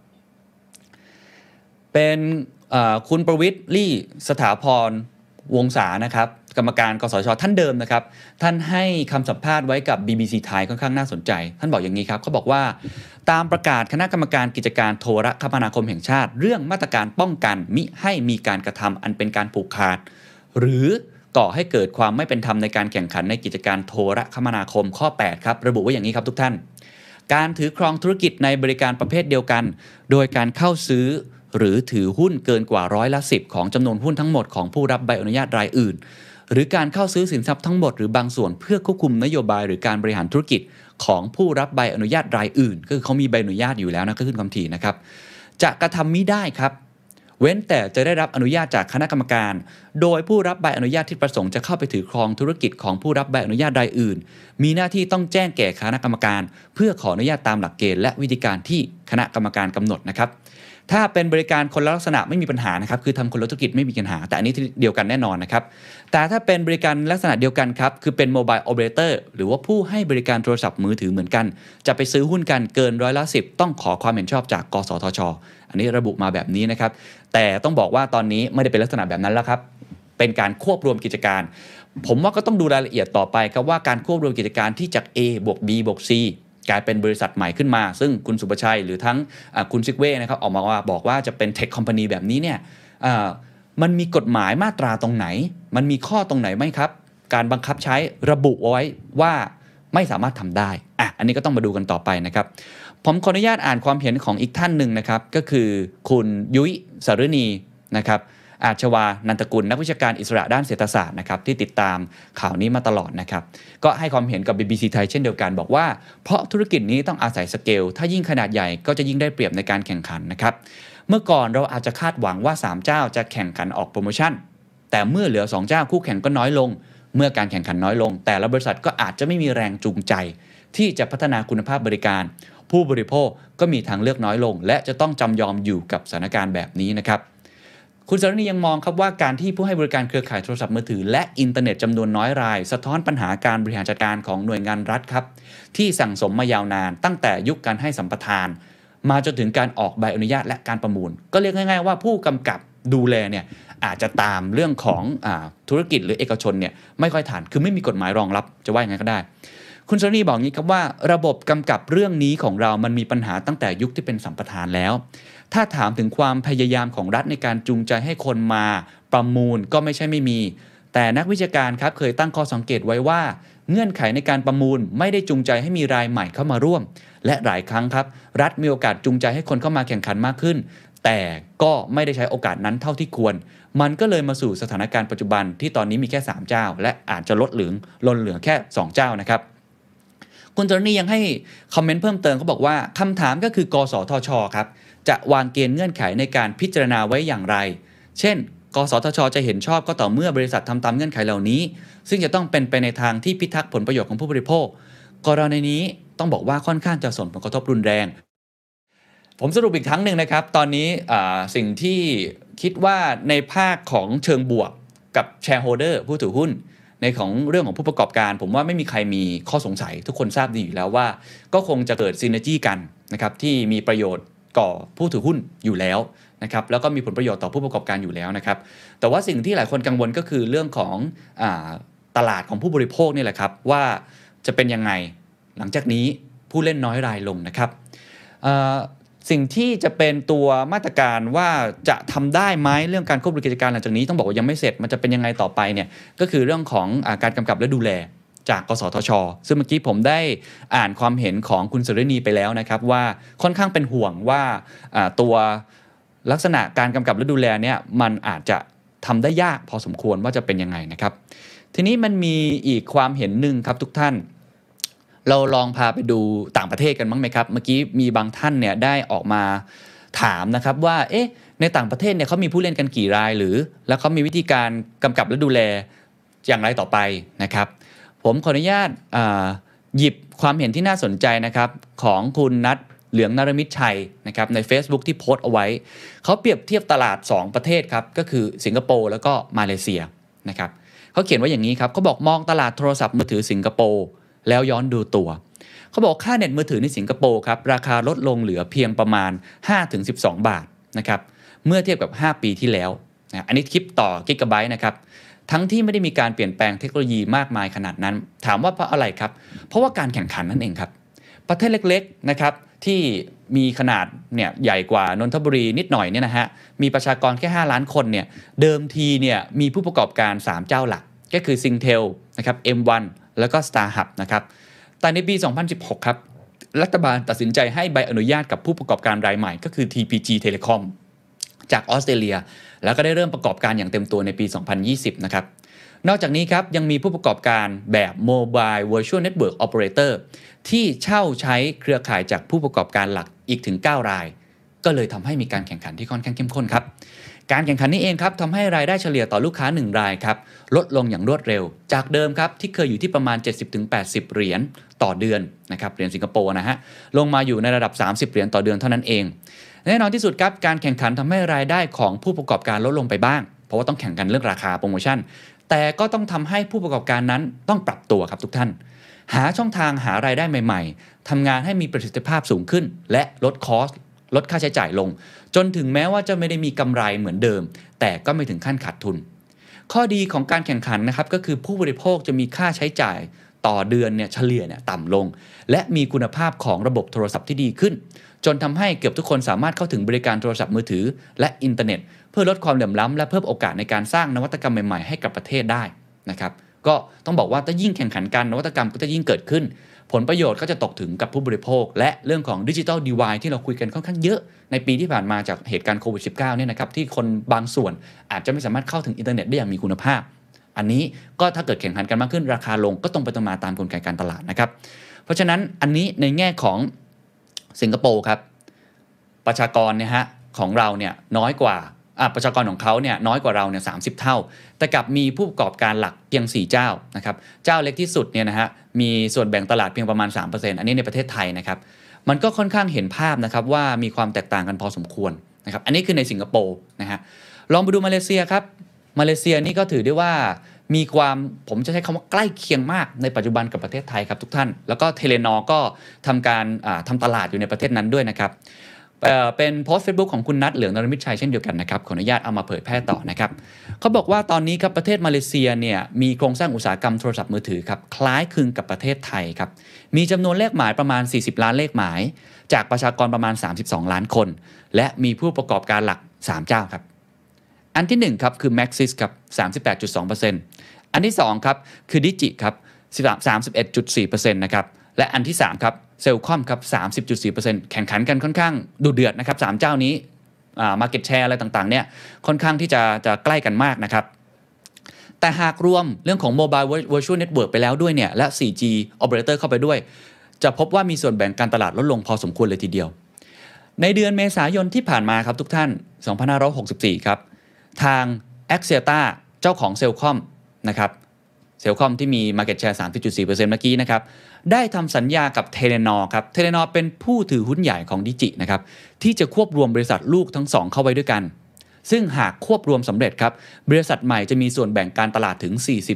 เป็นคุณประวิตร ลี่สถาพรวงศานะครับกรรมการกสทช.ท่านเดิมนะครับท่านให้คำสัมภาษณ์ไว้กับ BBC ไทยค่อนข้างน่าสนใจท่านบอกอย่างนี้ครับเขาบอกว่าตามประกาศคณะกรรมการกิจการโทรคมนาคมแห่งชาติเรื่องมาตรการป้องกันมิให้มีการกระทำอันเป็นการผูกขาดหรือก่อให้เกิดความไม่เป็นธรรมในการแข่งขันในกิจการโทรคมนาคมข้อ 8 ครับระบุไว้อย่างนี้ครับทุกท่านการถือครองธุรกิจในบริการประเภทเดียวกันโดยการเข้าซื้อหรือถือหุ้นเกินกว่า10%ของจำนวนหุ้นทั้งหมดของผู้รับใบอนุญาตรายอื่นหรือการเข้าซื้อสินทรัพย์ทั้งหมดหรือบางส่วนเพื่อควบคุมนโยบายหรือการบริหารธุรกิจของผู้รับใบอนุญาตรายอื่นก็คือเขามีใบอนุญาตอยู่แล้วนะก็ขึ้นคำถี่นะครับจะกระทำมิได้ครับเว้นแต่จะได้รับอนุญาตจากคณะกรรมการโดยผู้รับใบอนุญาตที่ประสงค์จะเข้าไปถือครองธุรกิจของผู้รับใบอนุญาตรายอื่นมีหน้าที่ต้องแจ้งแก่คณะกรรมการเพื่อขออนุญาตตามหลักเกณฑ์และวิธีการที่คณะกรรมการกำหนดนะครับถ้าเป็นบริการคนละลักษณะไม่มีปัญหานะครับคือทำคนละธุรกิจไม่มีปัญหาแต่อันนี้เดียวกันแน่นอนนะครับแต่ถ้าเป็นบริการลักษณะเดียวกันครับคือเป็นโมบายโอเปอเรเตอร์หรือว่าผู้ให้บริการโทรศัพท์มือถือเหมือนกันจะไปซื้อหุ้นกันเกิน10%ต้องขอความเห็นชอบจากกสทช.อันนี้ระบุมาแบบนี้นะครับแต่ต้องบอกว่าตอนนี้ไม่ได้เป็นลักษณะแบบนั้นแล้วครับเป็นการควบรวมกิจการผมว่าก็ต้องดูรายละเอียดต่อไปครับว่าการควบรวมกิจการที่จาก A บวก B บวก Cกลายเป็นบริษัทใหม่ขึ้นมาซึ่งคุณสุประชัยหรือทั้งคุณซิกเว่นะครับออกมาบอกว่าจะเป็นเทคคอมพานีแบบนี้เนี่ยมันมีกฎหมายมาตราตรงไหนมันมีข้อตรงไหนไหมครับการบังคับใช้ระบุเอาไว้ว่าไม่สามารถทำได้อันนี้ก็ต้องมาดูกันต่อไปนะครับผมขออนุญาตอ่านความเห็นของอีกท่านหนึ่งนะครับก็คือคุณยุ้ยสฤณีนะครับอาชวานันทกุลนักวิชาการอิสระด้านเศรษฐศาสตร์นะครับที่ติดตามข่าวนี้มาตลอดนะครับก็ให้ความเห็นกับ BBC ไทยเช่นเดียวกันบอกว่าเพราะธุรกิจนี้ต้องอาศัยสเกลถ้ายิ่งขนาดใหญ่ก็จะยิ่งได้เปรียบในการแข่งขันนะครับเมื่อก่อนเราอาจจะคาดหวังว่า3เจ้าจะแข่งขันออกโปรโมชั่นแต่เมื่อเหลือ2เจ้าคู่แข่งก็น้อยลงเมื่อการแข่งขันน้อยลงแต่ละบริษัทก็อาจจะไม่มีแรงจูงใจที่จะพัฒนาคุณภาพบริการผู้บริโภคก็มีทางเลือกน้อยลงและจะต้องจำยอมอยู่กับสถานการณ์แบบนี้นะครับคุณสรณียังมองครับว่าการที่ผู้ให้บริการเครือข่ายโทรศัพท์มือถือและอินเทอร์เน็ตจำนวนน้อยรายสะท้อนปัญหาการบริหารจัดการของหน่วยงานรัฐครับที่สั่งสมมายาวนานตั้งแต่ยุคการให้สัมปทานมาจนถึงการออกใบอนุญาตและการประมูลก็เรียกง่ายๆว่าผู้กำกับดูแลเนี่ยอาจจะตามเรื่องของธุรกิจหรือเอกชนเนี่ยไม่ค่อยทันคือไม่มีกฎหมายรองรับจะว่าอย่างไรก็ได้คุณสรณีบอกงี้ครับว่าระบบกำกับเรื่องนี้ของเรามันมีปัญหาตั้งแต่ยุคที่เป็นสัมปทานแล้วถ้าถามถึงความพยายามของรัฐในการจูงใจให้คนมาประมูลก็ไม่ใช่ไม่มีแต่นักวิชาการครับเคยตั้งข้อสังเกตไว้ว่าเงื่อนไขในการประมูลไม่ได้จูงใจให้มีรายใหม่เข้ามาร่วมและหลายครั้งครับรัฐมีโอกาสจูงใจให้คนเข้ามาแข่งขันมากขึ้นแต่ก็ไม่ได้ใช้โอกาสนั้นเท่าที่ควรมันก็เลยมาสู่สถานการณ์ปัจจุบันที่ตอนนี้มีแค่3เจ้าและอาจจะลดเหลือแค่2เจ้านะครับคุณจรณียังให้คอมเมนต์เพิ่มเติมเขาบอกว่าคำถามก็คือกสทชครับจะวางเกณฑ์เงื่อนไขในการพิจารณาไว้อย่างไรเช่นกสทชจะเห็นชอบก็ต่อเมื่อบริษัททำตามเงื่อนไขเหล่านี้ซึ่งจะต้องเป็นไปในทางที่พิทักษ์ผลประโยชน์ของผู้บริโภคกรณีนี้ต้องบอกว่าค่อนข้างจะส่งผลกระทบรุนแรงผมสรุปอีกครั้งหนึ่งนะครับตอนนี้สิ่งที่คิดว่าในภาคของเชิงบวกกับ shareholder ผู้ถือหุ้นในของเรื่องของผู้ประกอบการผมว่าไม่มีใครมีข้อสงสัยทุกคนทราบดีอยู่แล้วว่าก็คงจะเกิดซินเนอร์จี้กันนะครับที่มีประโยชน์ก่อผู้ถือหุ้นอยู่แล้วนะครับแล้วก็มีผลประโยชน์ต่อผู้ประกอบการอยู่แล้วนะครับแต่ว่าสิ่งที่หลายคนกังวลก็คือเรื่องของตลาดของผู้บริโภคนี่แหละครับว่าจะเป็นยังไงหลังจากนี้ผู้เล่นน้อยรายลงนะครับสิ่งที่จะเป็นตัวมาตรการว่าจะทำได้ไหมเรื่องการควบคุมกิจการหลังจากนี้ต้องบอกว่ายังไม่เสร็จมันจะเป็นยังไงต่อไปเนี่ยก็คือเรื่องของการกำกับและดูแลจากกสทช.ซึ่งเมื่อกี้ผมได้อ่านความเห็นของคุณสรณีไปแล้วนะครับว่าค่อนข้างเป็นห่วงว่าตัวลักษณะการกำกับและดูแลเนี่ยมันอาจจะทำได้ยากพอสมควรว่าจะเป็นยังไงนะครับทีนี้มันมีอีกความเห็นหนึ่งครับทุกท่านเราลองพาไปดูต่างประเทศกันบ้างไหมครับเมื่อกี้มีบางท่านเนี่ยได้ออกมาถามนะครับว่าในต่างประเทศเนี่ยเขามีผู้เล่นกันกี่รายหรือแล้วเขามีวิธีการกำกับและดูแลอย่างไรต่อไปนะครับผมขออนุญาตหยิบความเห็นที่น่าสนใจนะครับของคุณนัทเหลืองนรมิตรชัยนะครับใน Facebook ที่โพสต์เอาไว้เขาเปรียบเทียบตลาด2ประเทศครับก็คือสิงคโปร์แล้วก็มาเลเซียนะครับเขาเขียนว่าอย่างนี้ครับเขาบอกมองตลาดโทรศัพท์มือถือสิงคโปร์แล้วย้อนดูตัวเขาบอกค่าเน็ตมือถือในสิงคโปร์ครับราคาลดลงเหลือเพียงประมาณ 5-12 บาทนะครับเมื่อเทียบกับ5ปีที่แล้วนะอันนี้คลิปต่อกิกะไบต์นะครับทั้งที่ไม่ได้มีการเปลี่ยนแปลงเทคโนโลยีมากมายขนาดนั้นถามว่าเพราะอะไรครับเพราะว่าการแข่งขันนั่นเองครับประเทศเล็กๆนะครับที่มีขนาดเนี่ยใหญ่กว่านนทบุรีนิดหน่อยเนี่ยนะฮะมีประชากรแค่5ล้านคนเนี่ยเดิมทีเนี่ยมีผู้ประกอบการ3เจ้าหลักก็คือ Singtel นะครับ M1 แล้วก็ StarHub นะครับแต่ในปี 2016 ครับรัฐบาลตัดสินใจให้ใบอนุญาตกับผู้ประกอบการรายใหม่ก็คือ TPG Telecom จากออสเตรเลียแล้วก็ได้เริ่มประกอบการอย่างเต็มตัวในปี 2020 นะครับนอกจากนี้ครับยังมีผู้ประกอบการแบบ Mobile Virtual Network Operator ที่เช่าใช้เครือข่ายจากผู้ประกอบการหลักอีกถึง 9 รายก็เลยทำให้มีการแข่งขันที่ค่อนข้างเข้มข้นครับการแข่งขันนี้เองครับทำให้รายได้เฉลี่ยต่อลูกค้า1รายครับลดลงอย่างรวดเร็วจากเดิมครับที่เคยอยู่ที่ประมาณ 70-80 เหรียญต่อเดือนนะครับเหรียญสิงคโปร์นะฮะลงมาอยู่ในระดับ30เหรียญต่อเดือนเท่านั้นเองแน่นอนที่สุดครับการแข่งขันทำให้รายได้ของผู้ประกอบการลดลงไปบ้างเพราะว่าต้องแข่งกันเรื่องราคาโปรโมชั่นแต่ก็ต้องทำให้ผู้ประกอบการนั้นต้องปรับตัวครับทุกท่านหาช่องทางหารายได้ใหม่ๆทำงานให้มีประสิทธิภาพสูงขึ้นและลดคอสลดค่าใช้จ่ายลงจนถึงแม้ว่าจะไม่ได้มีกำไรเหมือนเดิมแต่ก็ไม่ถึงขั้นขาดทุนข้อดีของการแข่งขันนะครับก็คือผู้บริโภคจะมีค่าใช้จ่ายต่อเดือนเนี่ยเฉลี่ยเนี่ยต่ำลงและมีคุณภาพของระบบโทรศัพท์ที่ดีขึ้นจนทำให้เกือบทุกคนสามารถเข้าถึงบริการโทรศัพท์มือถือและอินเทอร์เน็ตเพื่อลดความเหลื่อมล้ำและเพิ่มโอกาสในการสร้างนวัตกรรมใหม่ๆให้กับประเทศได้นะครับก็ต้องบอกว่าถ้ายิ่งแข่งขันกันนวัตกรรมก็จะยิ่งเกิดขึ้นผลประโยชน์ก็จะตกถึงกับผู้บริโภคและเรื่องของดิจิทัลดีไวด์ที่เราคุยกันค่อนข้างเยอะในปีที่ผ่านมาจากเหตุการณ์โควิด -19 เนี่ยนะครับที่คนบางส่วนอาจจะไม่สามารถเข้าถึงอินเทอร์เน็ตได้อย่างมีคุณภาพอันนี้ก็ถ้าเกิดแข่งขันกันมากขึ้นราคาลงก็ตรงไปตรงมาตามกลไกการตลาดนะครับเพราะฉะนั้นอันนี้ในแง่ของสิงคโปร์ครับประชากรเนี่ยฮะของเราเนี่ยน้อยกว่าประชากรของเขาเนี่ยน้อยกว่าเราเนี่ย30 เท่าแต่กลับมีผู้ประกอบการหลักเพียง4เจ้านะครับเจ้าเล็กที่สุดเนี่ยนะฮะมีส่วนแบ่งตลาดเพียงประมาณ 3% อันนี้ในประเทศไทยนะครับมันก็ค่อนข้างเห็นภาพนะครับว่ามีความแตกต่างกันพอสมควรนะครับอันนี้คือในสิงคโปร์นะฮะลองไปดูมาเลเซียครับมาเลเซียนี่ก็ถือได้ว่ามีความผมจะใช้คำว่าใกล้เคียงมากในปัจจุบันกับประเทศไทยครับทุกท่านแล้วก็เทเลนอก็ทำตลาดอยู่ในประเทศนั้นด้วยนะครับเป็นโพสต์ Facebook ของคุณนัทเหลืองนรมิตรชัยเช่นเดียวกันนะครับขออนุญาตเอามาเผยแพร่ต่อนะครับเขาบอกว่าตอนนี้ครับประเทศมาเลเซียเนี่ยมีโครงสร้างอุตสาหกรรมโทรศัพท์มือถือครับคล้ายคลึงกับประเทศไทยครับมีจำนวนเลขหมายประมาณ40ล้านเลขหมายจากประชากรประมาณ32ล้านคนและมีผู้ประกอบการหลัก3เจ้าครับอันที่1ครับคือ Maxis ครับ 38.2% อันที่2ครับคือ Digi ครับ 31.4% นะครับและอันที่3ครับเซลคอมครับ 30.4% แข่งขันกันค่อนข้างดุเดือดนะครับ3เจ้านี้market share อะไรต่างๆเนี่ยค่อนข้างที่จะใกล้กันมากนะครับแต่หากรวมเรื่องของ Mobile Virtual Network ไปแล้วด้วยเนี่ยและ 4G Operator เข้าไปด้วยจะพบว่ามีส่วนแบ่งการตลาดลดลงพอสมควรเลยทีเดียวในเดือนเมษายนที่ผ่านมาครับทุกท่าน2564ครับทาง Axiata เจ้าของเซลคอมนะครับเซลคอมที่มี market share 30.4% เมื่อกี้นะครับได้ทำสัญญากับเทเลนอครับเทเลนอเป็นผู้ถือหุ้นใหญ่ของดิจินะครับที่จะควบรวมบริษัทลูกทั้ง2เข้าไว้ด้วยกันซึ่งหากควบรวมสำเร็จครับบริษัทใหม่จะมีส่วนแบ่งการตลาดถึง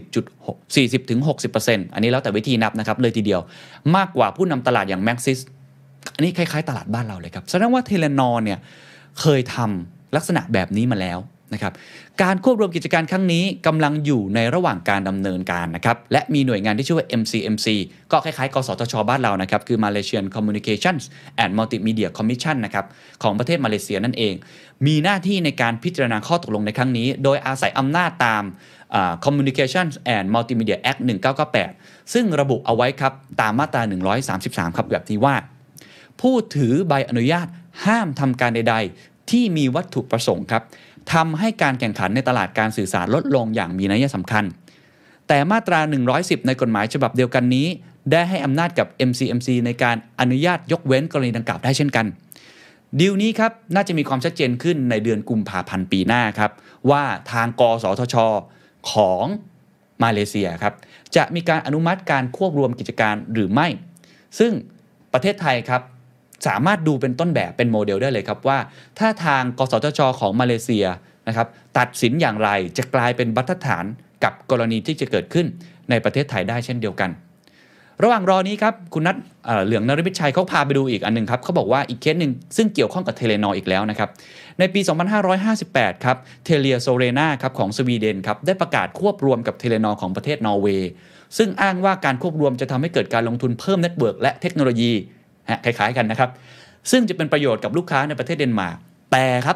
40-60% อันนี้แล้วแต่วิธีนับนะครับเลยทีเดียวมากกว่าผู้นำตลาดอย่าง Maxis อันนี้คล้ายๆตลาดบ้านเราเลยครับแสดงว่าเทเลนอเนี่ยเคยทำลักษณะแบบนี้มาแล้วนะครับการควบรวมกิจการครั้งนี้กำลังอยู่ในระหว่างการดำเนินการนะครับและมีหน่วยงานที่ชื่อว่า MCMC ก็คล้ายๆกสทช.บ้านเรานะครับคือ Malaysian Communications and Multimedia Commission นะครับของประเทศมาเลเซียนั่นเองมีหน้าที่ในการพิจารณาข้อตกลงในครั้งนี้โดยอาศัยอำนาจตาม Communications and Multimedia Act 1998 ซึ่งระบุเอาไว้ครับตามมาตรา133ครับแบบที่ว่าผู้ถือใบอนุญาตห้ามทำการใดๆที่มีวัตถุประสงค์ครับทำให้การแข่งขันในตลาดการสื่อสารลดลงอย่างมีนัยสำคัญแต่มาตรา110ในกฎหมายฉบับเดียวกันนี้ได้ให้อำนาจกับ MCMC ในการอนุญาตยกเว้นกรณีดังกล่าวได้เช่นกันดีลนี้ครับน่าจะมีความชัดเจนขึ้นในเดือนกุมภาพันธ์ปีหน้าครับว่าทางกสทช.ของมาเลเซียครับจะมีการอนุมัติการควบรวมกิจการหรือไม่ซึ่งประเทศไทยครับสามารถดูเป็นต้นแบบเป็นโมเดลได้เลยครับว่าถ้าทางกสทช.ของมาเลเซียนะครับตัดสินอย่างไรจะกลายเป็นบรรทัดฐานกับกรณีที่จะเกิดขึ้นในประเทศไทยได้เช่นเดียวกันระหว่างรอนี้ครับคุณนัทเหลืองนรมิตรชัยเขาพาไปดูอีกอันนึงครับเขาบอกว่าอีกเคสหนึ่งซึ่งเกี่ยวข้องกับเทเลนออีกแล้วนะครับในปี 2558 ครับเทเลียโซเรนาครับของสวีเดนครับได้ประกาศควบรวมกับเทเลนอของประเทศนอร์เวย์ซึ่งอ้างว่าการควบรวมจะทำให้เกิดการลงทุนเพิ่มเน็ตเวิร์กและเทคโนโลยีคล้ายๆกันนะครับซึ่งจะเป็นประโยชน์กับลูกค้าในประเทศเดนมาร์กแต่ครับ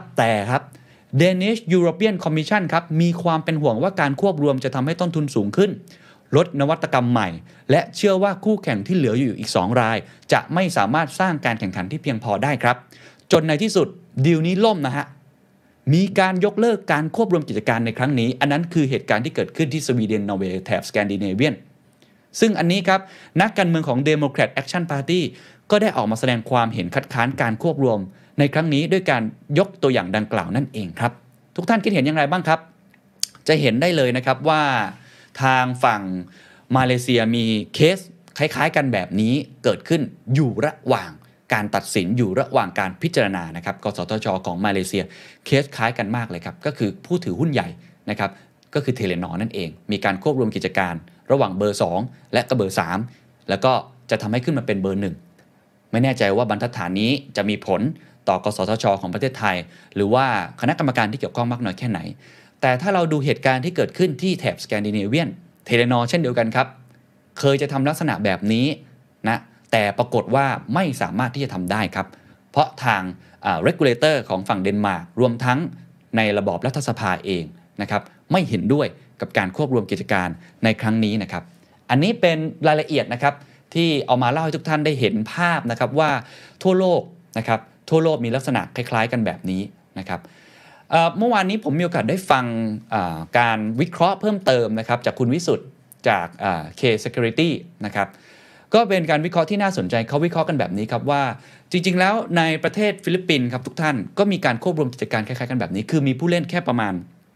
Danish European Commission ครับมีความเป็นห่วงว่าการควบรวมจะทำให้ต้นทุนสูงขึ้นลดนวัตกรรมใหม่และเชื่อว่าคู่แข่งที่เหลืออยู่อีก2รายจะไม่สามารถสร้างการแข่งขันที่เพียงพอได้ครับจนในที่สุดดีลนี้ล่มนะฮะมีการยกเลิกการควบรวมกิจการในครั้งนี้อันนั้นคือเหตุการณ์ที่เกิดขึ้นที่สวีเดนนอร์เวย์แถบสแกนดิเนเวียนซึ่งอันนี้ครับนักการเมืองของ Democrat Action Party ก็ได้ออกมาแสดงความเห็นคัดค้านการควบรวมในครั้งนี้ด้วยการยกตัวอย่างดังกล่าวนั่นเองครับทุกท่านคิดเห็นอย่างไรบ้างครับจะเห็นได้เลยนะครับว่าทางฝั่งมาเลเซียมีเคสคล้ายๆกันแบบนี้เกิดขึ้นอยู่ระหว่างการตัดสินอยู่ระหว่างการพิจารณานะครับกสทช.ของมาเลเซียเคสคล้ายกันมากเลยครับก็คือผู้ถือหุ้นใหญ่นะครับก็คือเทเลนอนั่นเองมีการควบรวมกิจการระหว่างเบอร์2และก็เบอร์3แล้วก็จะทำให้ขึ้นมาเป็นเบอร์1ไม่แน่ใจว่าบรรทัดฐานนี้จะมีผลต่อกสทช.ของประเทศไทยหรือว่าคณะกรรมการที่เกี่ยวข้องมากน้อยแค่ไหนแต่ถ้าเราดูเหตุการณ์ที่เกิดขึ้นที่แถบสแกนดิเนเวียนเทเลนอเช่นเดียวกันครับเคยจะทำลักษณะแบบนี้นะแต่ปรากฏว่าไม่สามารถที่จะทำได้ครับเพราะทางregulator ของฝั่งเดนมาร์กรวมทั้งในระบอบรัฐสภาเองนะครับไม่เห็นด้วยกับการควบรวมกิจการในครั้งนี้นะครับอันนี้เป็นรายละเอียดนะครับที่เอามาเล่าให้ทุกท่านได้เห็นภาพนะครับว่าทั่วโลกนะครับทั่วโลกมีลักษณะคล้ายๆกันแบบนี้นะครับเมื่อวานนี้ผมมีโอกาสได้ฟังการวิเคราะห์เพิ่มเติมนะครับจากคุณวิสุทธ์จากK Security นะครับก็ก็เป็นการวิเคราะห์ที่น่าสนใจเขาวิเคราะห์กันแบบนี้ครับว่าจริงๆแล้วในประเทศฟิลิปปินส์ครับทุกท่านก็มีการควบรวมกิจการคล้ายๆกันแบบนี้คือมีผู้เล่นแค่ประมาณ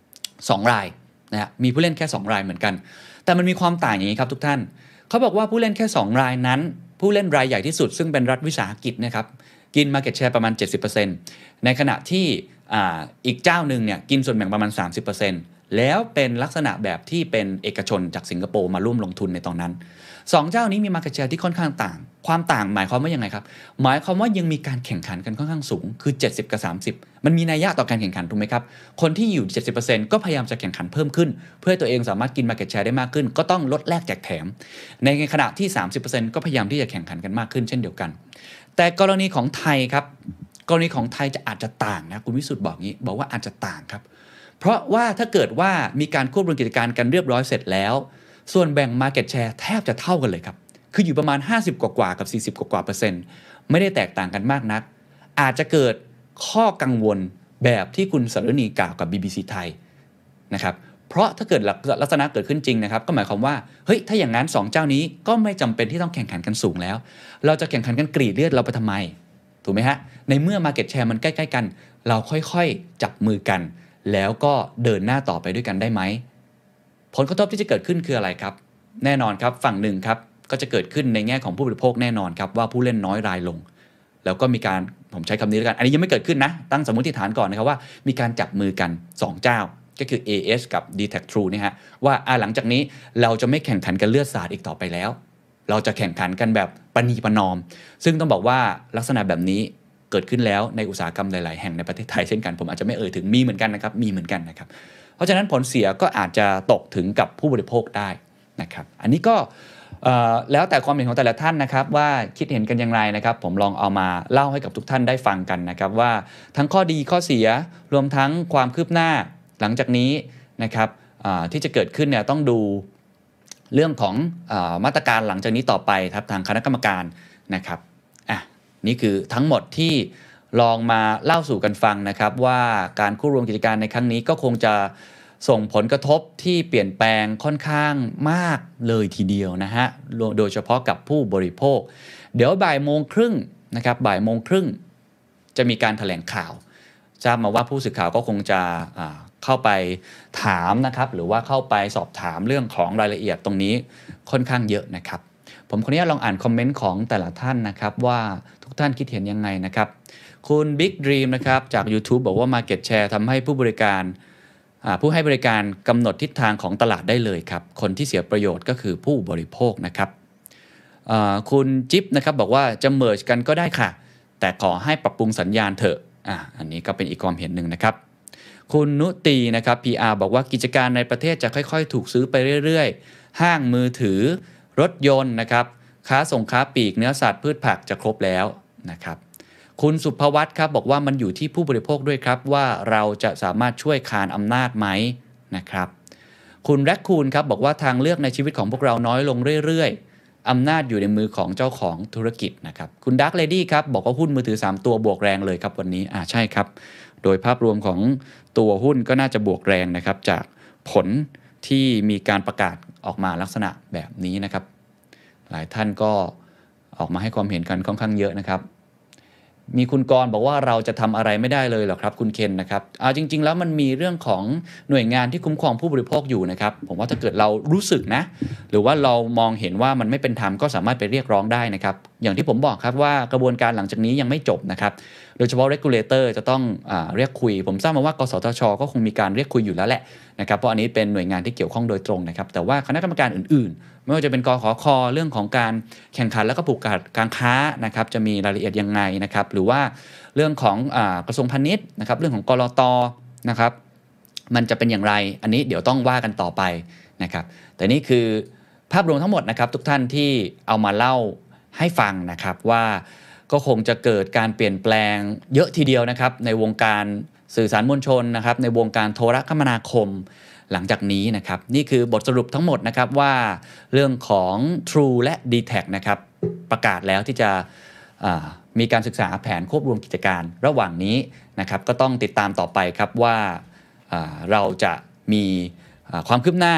2 รายนะฮะมีผู้เล่นแค่2 รายเหมือนกันแต่มันมีความต่างอย่างนี้ครับทุกท่านเขาบอกว่าผู้เล่นแค่2 รายนั้นผู้เล่นรายใหญ่ที่สุดซึ่งเป็นรัฐวิสาหกิจนะครับกิน market share ประมาณ 70% ในขณะที่อีกเจ้าหนึ่งเนี่ยกินส่วนแบ่งประมาณ 30%แล้วเป็นลักษณะแบบที่เป็นเอกชนจากสิงคโปร์มาร่วมลงทุนในตอนนั้น2 เจ้านี้มี market share ที่ค่อนข้างต่างความต่างหมายความว่ายังไงครับหมายความว่ายังมีการแข่งขันกันค่อนข้างสูงคือ70กับ30มันมีนัยยะต่อการแข่งขันถูกไหมครับคนที่อยู่ 70% ก็พยายามจะแข่งขันเพิ่มขึ้นเพื่อให้ตัวเองสามารถกิน market share ได้มากขึ้นก็ต้องลดแลกแจกแถมในขณะที่ 30% ก็พยายามที่จะแข่งขันกันมากขึ้นเช่นเดียวกันแต่กรณีของไทยครับกรณีของไทยจะอาจจะต่างนะคุณวิสุทธ์บอกว่าอาจจะต่างครับเพราะว่าถ้าเกิดว่ามีการควบรวมกิจการกันเรียบร้อยเสร็จแล้วส่วนแบ่ง market share แทบจะเท่ากันเลยครับคืออยู่ประมาณ50กว่ากับ40กว่าเปอร์เซ็นต์ไม่ได้แตกต่างกันมากนักอาจจะเกิดข้อกังวลแบบที่คุณสรณีกล่าวกับ BBC ไทยนะครับเพราะถ้าเกิดลักษณะเกิดขึ้นจริงนะครับก็หมายความว่าเฮ้ยถ้าอย่างนั้น2 เจ้านี้ก็ไม่จำเป็นที่ต้องแข่งขันกันสูงแล้วเราจะแข่งขันกันกรีดเลือดเราไปทำไมถูกไหมฮะในเมื่อ market share มันใกล้ๆกันเราค่อยๆจับมือกันแล้วก็เดินหน้าต่อไปด้วยกันได้ไหมผลกระทบที่จะเกิดขึ้นคืออะไรครับแน่นอนครับฝั่งหนึ่งครับก็จะเกิดขึ้นในแง่ของผู้บริโภคแน่นอนครับว่าผู้เล่นน้อยรายลงแล้วก็มีการผมใช้คำนี้แล้วกันอันนี้ยังไม่เกิดขึ้นนะตั้งสมมติฐานก่อนนะครับว่ามีการจับมือกัน2 เจ้าก็คือ AS กับ DTAC True เนี่ยฮะว่าหลังจากนี้เราจะไม่แข่งขันกันเลือดสาดอีกต่อไปแล้วเราจะแข่งขันกันแบบประนีประนอมซึ่งต้องบอกว่าลักษณะแบบนี้เกิดขึ้นแล้วในอุตสาหกรรมหลายๆแห่งในประเทศไทยเช่นกันผมอาจจะไม่ถึงมีเหมือนกันนะครับมีเหมือนกันนะครับเพราะฉะนั้นผลเสียก็อาจจะตกถึงกับผู้บริโภคได้นะครับอันนี้ก็แล้วแต่ความเห็นของแต่ละท่านนะครับว่าคิดเห็นกันอย่างไรนะครับผมลองเอามาเล่าให้กับทุกท่านได้ฟังกันนะครับว่าทั้งข้อดีข้อเสียรวมทั้งความคืบหน้าหลังจากนี้นะครับที่จะเกิดขึ้นเนี่ยต้องดูเรื่องของมาตรการหลังจากนี้ต่อไปครับทางคณะกรรมการนะครับนี่คือทั้งหมดที่ลองมาเล่าสู่กันฟังนะครับว่าการควบรวมกิจการในครั้งนี้ก็คงจะส่งผลกระทบที่เปลี่ยนแปลงค่อนข้างมากเลยทีเดียวนะฮะโดยเฉพาะกับผู้บริโภคเดี๋ยวบ่ายโมงครึ่งนะครับบ่ายโมงครึ่งจะมีการแถลงข่าวทราบมาว่าผู้สื่อข่าวก็คงจะเข้าไปถามนะครับหรือว่าเข้าไปสอบถามเรื่องของรายละเอียดตรงนี้ค่อนข้างเยอะนะครับผมขออนุญาตลองอ่านคอมเมนต์ของแต่ละท่านนะครับว่าทุกท่านคิดเห็นยังไงนะครับคุณ Big Dream นะครับจาก YouTube บอกว่า Market Share ทำให้ผู้ให้บริการกำหนดทิศทางของตลาดได้เลยครับคนที่เสียประโยชน์ก็คือผู้บริโภคนะครับคุณจิ๊บนะครับบอกว่าจะเมิร์จกันก็ได้ค่ะแต่ขอให้ปรับปรุงสัญญาณเถอะอันนี้ก็เป็นอีกความเห็นหนึ่งนะครับคุณนุตีนะครับ PR บอกว่ากิจการในประเทศจะค่อยๆถูกซื้อไปเรื่อยๆห้างมือถือรถยนต์นะครับค้าส่งค้าปลีกเนื้อสัตว์พืชผักจะครบแล้วนะครับคุณสุภวัฒน์ครับบอกว่ามันอยู่ที่ผู้บริโภคด้วยครับว่าเราจะสามารถช่วยคานอำนาจไหมนะครับคุณแร็คคูนครับบอกว่าทางเลือกในชีวิตของพวกเราน้อยลงเรื่อยๆอำนาจอยู่ในมือของเจ้าของธุรกิจนะครับคุณดักเลดี้ครับบอกว่าหุ้นมือถือ3ตัวบวกแรงเลยครับวันนี้ใช่ครับโดยภาพรวมของตัวหุ้นก็น่าจะบวกแรงนะครับจากผลที่มีการประกาศออกมาลักษณะแบบนี้นะครับหลายท่านก็ออกมาให้ความเห็นกันค่อนข้างเยอะนะครับมีคุณกรบอกว่าเราจะทำอะไรไม่ได้เลยหรอครับคุณเคนนะครับจริงๆแล้วมันมีเรื่องของหน่วยงานที่คุ้มครองผู้บริโภคอยู่นะครับผมว่าถ้าเกิดเรารู้สึกนะหรือว่าเรามองเห็นว่ามันไม่เป็นธรรมก็สามารถไปเรียกร้องได้นะครับอย่างที่ผมบอกครับว่ากระบวนการหลังจากนี้ยังไม่จบนะครับโดยเฉพาะ regulator จะต้องเรียกคุยผมทราบมาว่ากสทช.ก็คงมีการเรียกคุยอยู่แล้วแหละนะครับเพราะอันนี้เป็นหน่วยงานที่เกี่ยวข้องโดยตรงนะครับแต่ว่าคณะกรรมการอื่นๆไม่ว่าจะเป็นกขค.เรื่องของการแข่งขันและก็ผูกขาดการค้านะครับจะมีรายละเอียดยังไงนะครับหรือว่าเรื่องของกระทรวงพาณิชย์นะครับเรื่องของกลต.นะครับมันจะเป็นอย่างไรอันนี้เดี๋ยวต้องว่ากันต่อไปนะครับแต่นี่คือภาพรวมทั้งหมดนะครับทุกท่านที่เอามาเล่าให้ฟังนะครับว่าก็คงจะเกิดการเปลี่ยนแปลงเยอะทีเดียวนะครับในวงการสื่อสารมวลชนนะครับในวงการโทรคมนาคมหลังจากนี้นะครับนี่คือบทสรุปทั้งหมดนะครับว่าเรื่องของ True และ DTAC นะครับประกาศแล้วที่จะมีการศึกษาแผนควบรวมกิจการระหว่างนี้นะครับก็ต้องติดตามต่อไปครับว่าเราจะมีความคืบหน้า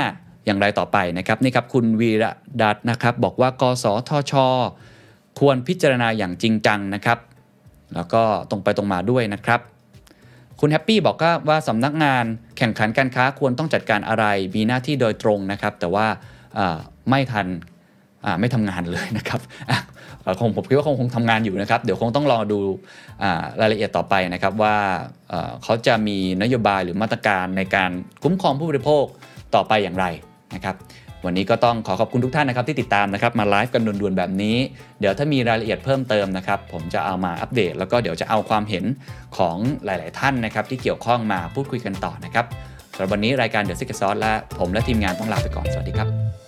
อย่างไรต่อไปนะครับนี่ครับคุณวีระดัตนะครับบอกว่ากสทช.ควรพิจารณาอย่างจริงจังนะครับแล้วก็ตรงไปตรงมาด้วยนะครับคุณแฮปปี้บอกว่าสำนักงานแข่งขันการค้าควรต้องจัดการอะไรมีหน้าที่โดยตรงนะครับแต่ว่าไม่ทำงานเลยนะครับผมคิดว่าคงทำงานอยู่นะครับเดี๋ยวคงต้องรอดูรายละเอียดต่อไปนะครับว่าเขาจะมีนโยบายหรือมาตรการในการคุ้มครองผู้บริโภคต่อไปอย่างไรนะครับวันนี้ก็ต้องขอบคุณทุกท่านนะครับที่ติดตามนะครับมาไลฟ์กันด่วนๆแบบนี้เดี๋ยวถ้ามีรายละเอียดเพิ่มเติมนะครับผมจะเอามาอัปเดตแล้วก็เดี๋ยวจะเอาความเห็นของหลายๆท่านนะครับที่เกี่ยวข้องมาพูดคุยกันต่อนะครับสำหรับวันนี้รายการ The Secret Sauce และผมและทีมงานต้องลาไปก่อนสวัสดีครับ